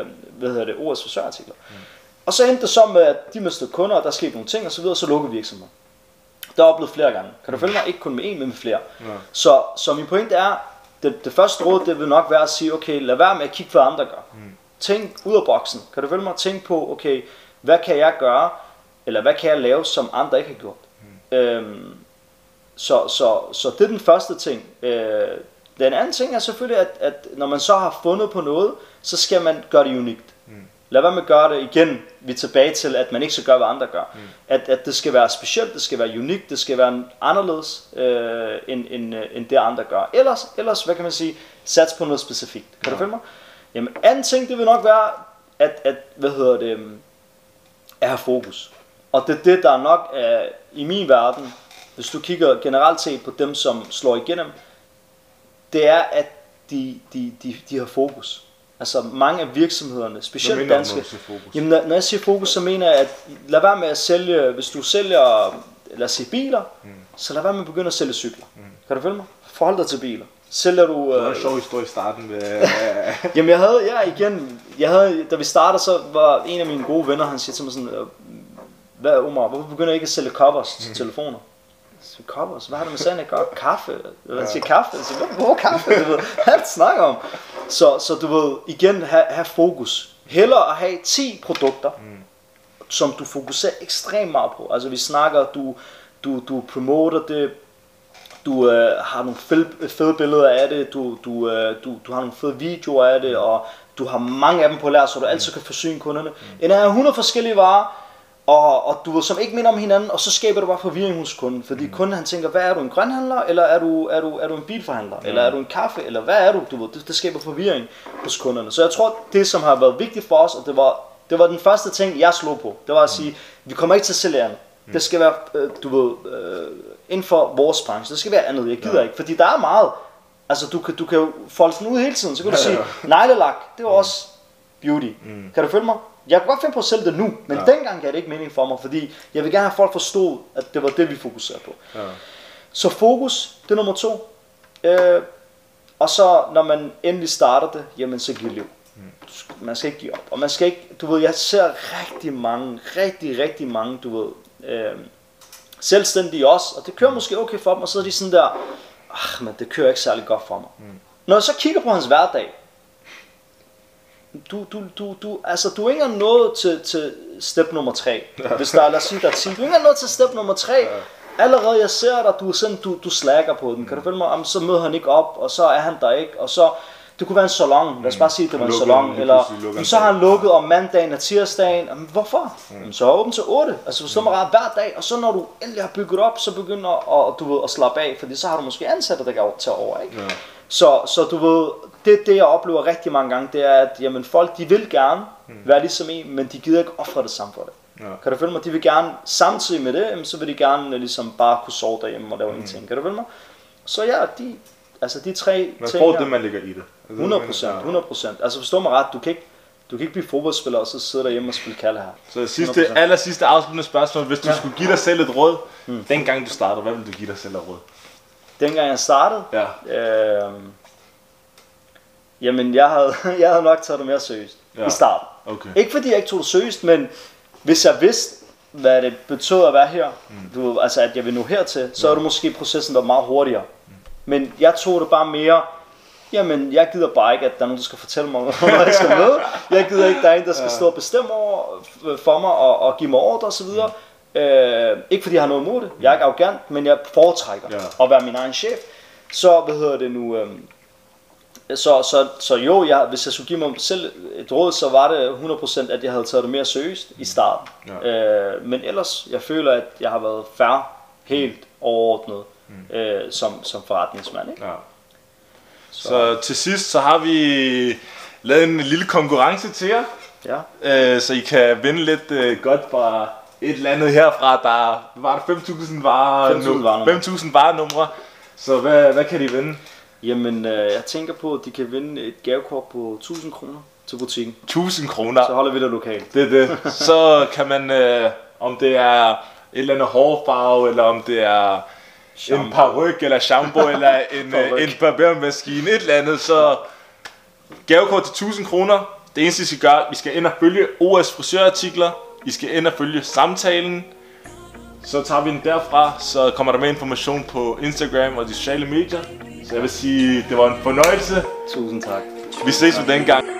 ordets forsørartikler. Og så endte det så med, at de mistede kunder, og der skete nogle ting og så videre, og så lukkede virksomheden. Det er oplevet flere gange. Kan du følge mig? Ikke kun med en, men med flere. Så min pointe er, det første råd, det vil nok være at sige, okay, lad være med at kigge, hvad andre gør. Tænk ud af boksen. Kan du følge mig? Tænk på, okay, hvad kan jeg gøre, eller hvad kan jeg lave, som andre ikke har gjort. Så det er den første ting. Den anden ting er selvfølgelig, at når man så har fundet på noget, så skal man gøre det unikt. Lad være med at gøre det igen. Vi er tilbage til, at man ikke skal gøre, hvad andre gør. At det skal være specielt, det skal være unikt, det skal være anderledes end det andre gør. Ellers, hvad kan man sige, sats på noget specifikt. Kan du følge mig? Jamen, anden ting, det vil nok være, at have fokus. Og det er det, der nok er i min verden, hvis du kigger generelt set på dem, som slår igennem, det er, at de har fokus. Altså mange af virksomhederne, specielt danske. Jamen, når jeg siger fokus, så mener jeg, at lad være med at sælge, hvis du sælger, lad os sige biler, så lad være med at begynde at sælge cykler. Kan du følge mig? Forhold dig til biler. Sælger du... Det var en sjov historie i starten med... Jamen jeg havde, da vi startede, så var en af mine gode venner, han siger til mig sådan, hvad Omar, hvorfor begynder jeg ikke at sælge covers til telefoner? Covers, hvad har det med sagen at gøre? Kaffe? Han siger kaffe, jeg siger, hvor kaffe? Du ved, hvad det snakker om? Så du ved, igen, have fokus. Hellere at have 10 produkter, som du fokuserer ekstremt meget på. Altså vi snakker, du promoter det, du har nogle fede billeder af det, du har nogle fede videoer af det, og du har mange af dem på lær, så du altid kan forsyne kunderne. En af 100 forskellige varer, og du ved, som ikke minder om hinanden, og så skaber du bare forvirring hos kunden, fordi kunden han tænker, hvad er du, en grønhandler, eller er du en bilforhandler, eller er du en kaffe, eller hvad er du, du ved, det skaber forvirring hos kunderne. Så jeg tror, det som har været vigtigt for os, og det var den første ting, jeg slog på, det var at sige, vi kommer ikke til at sælge andet. Det skal være, inden for vores branche, det skal være andet, jeg gider ikke, fordi der er meget, altså du kan jo folde den ud hele tiden, så kan du sige, neglelak, det var også beauty, kan du følge mig? Jeg kan godt finde på at sælge det nu, men dengang gav det ikke mening for mig, fordi jeg vil gerne have folk forstod, at det var det, vi fokuserede på. Så fokus, det er nummer 2. Og så når man endelig starter det, jamen så giver liv. Man skal ikke give op. Og man skal ikke, du ved, jeg ser rigtig mange, du ved, selvstændige også, og det kører måske okay for dem, og så er de sådan der, men det kører ikke særlig godt for mig. Når jeg så kigger på hans hverdag, du er ikke engang nået til step nummer 3. Hvis der er, lad os sige, der er 10, du er ikke engang nået til step nummer 3. Allerede jeg ser dig, du er sådan, du slacker på den. Kan du følge mig? Jamen, så møder han ikke op, og så er han der ikke, og så det kunne være en salon. Lad os bare sige, at det var en salon, eller så har han lukket om mandagen og tirsdagen. Jamen, hvorfor? Så er åbent til 8. Altså forstår mig ret hver dag, og så når du endelig har bygget op, så begynder at slappe af, fordi så har du måske ansatte, der kan tage over, ikke? Ja. Så du ved, det jeg oplever rigtig mange gange, det er, at jamen, folk de vil gerne være ligesom en, men de gider ikke ofre det samme for det. Ja. Kan du følge mig? De vil gerne, samtidig med det, jamen, så vil de gerne ligesom bare kunne sove derhjemme og lave ingenting. Kan du følge mig? Så ja, de tre ting. Man får det, man ligger i det. 100%. Altså forstå mig ret, du kan ikke blive fodboldspiller og så sidde derhjemme og spille kalde her. Så allersidste afsluttende spørgsmål, hvis du skulle give dig selv et råd, dengang du startede, hvad ville du give dig selv et råd? Dengang jeg startede? Ja. Jamen jeg havde nok taget det mere seriøst i starten. Okay. Ikke fordi jeg ikke tog det seriøst, men hvis jeg vidste, hvad det betød at være her, altså at jeg vil nå hertil, så er det måske processen, der var meget hurtigere. Men jeg tog det bare mere, jamen jeg gider bare ikke, at der er nogen, der skal fortælle mig, hvad jeg skal med. Jeg gider ikke, der er en, der skal stå og bestemme over for mig og give mig ordre osv. Ikke fordi jeg har noget imod det, jeg er ikke arrogant, men jeg foretrækker at være min egen chef. Så Så jo, hvis jeg skulle give mig selv et råd, så var det 100%, at jeg havde taget det mere seriøst i starten. Ja. Men ellers, jeg føler, at jeg har været fair, helt overordnet, som forretningsmand. Ikke? Ja. Så til sidst, så har vi lavet en lille konkurrence til jer. Ja. Så I kan vinde lidt godt fra et eller andet herfra. Der var 5.000 varenumre. Så hvad kan de vinde? Jamen, jeg tænker på, at de kan vinde et gavekort på 1.000 kroner til butikken. 1.000 kroner? Så holder vi det lokalt. Det er det. Så kan man, om det er et eller andet hårfarve, eller om det er shampoo, en paryk, eller shampoo, eller en barbermaskine, et eller andet, så gavekort til 1.000 kroner. Det eneste, I skal gøre, I skal ind og følge OS frisørartikler, I skal ind og følge samtalen. Så tager vi den derfra, så kommer der mere information på Instagram og de sociale medier. Så jeg vil sige, det var en fornøjelse. Tusind tak. Vi ses med den gang.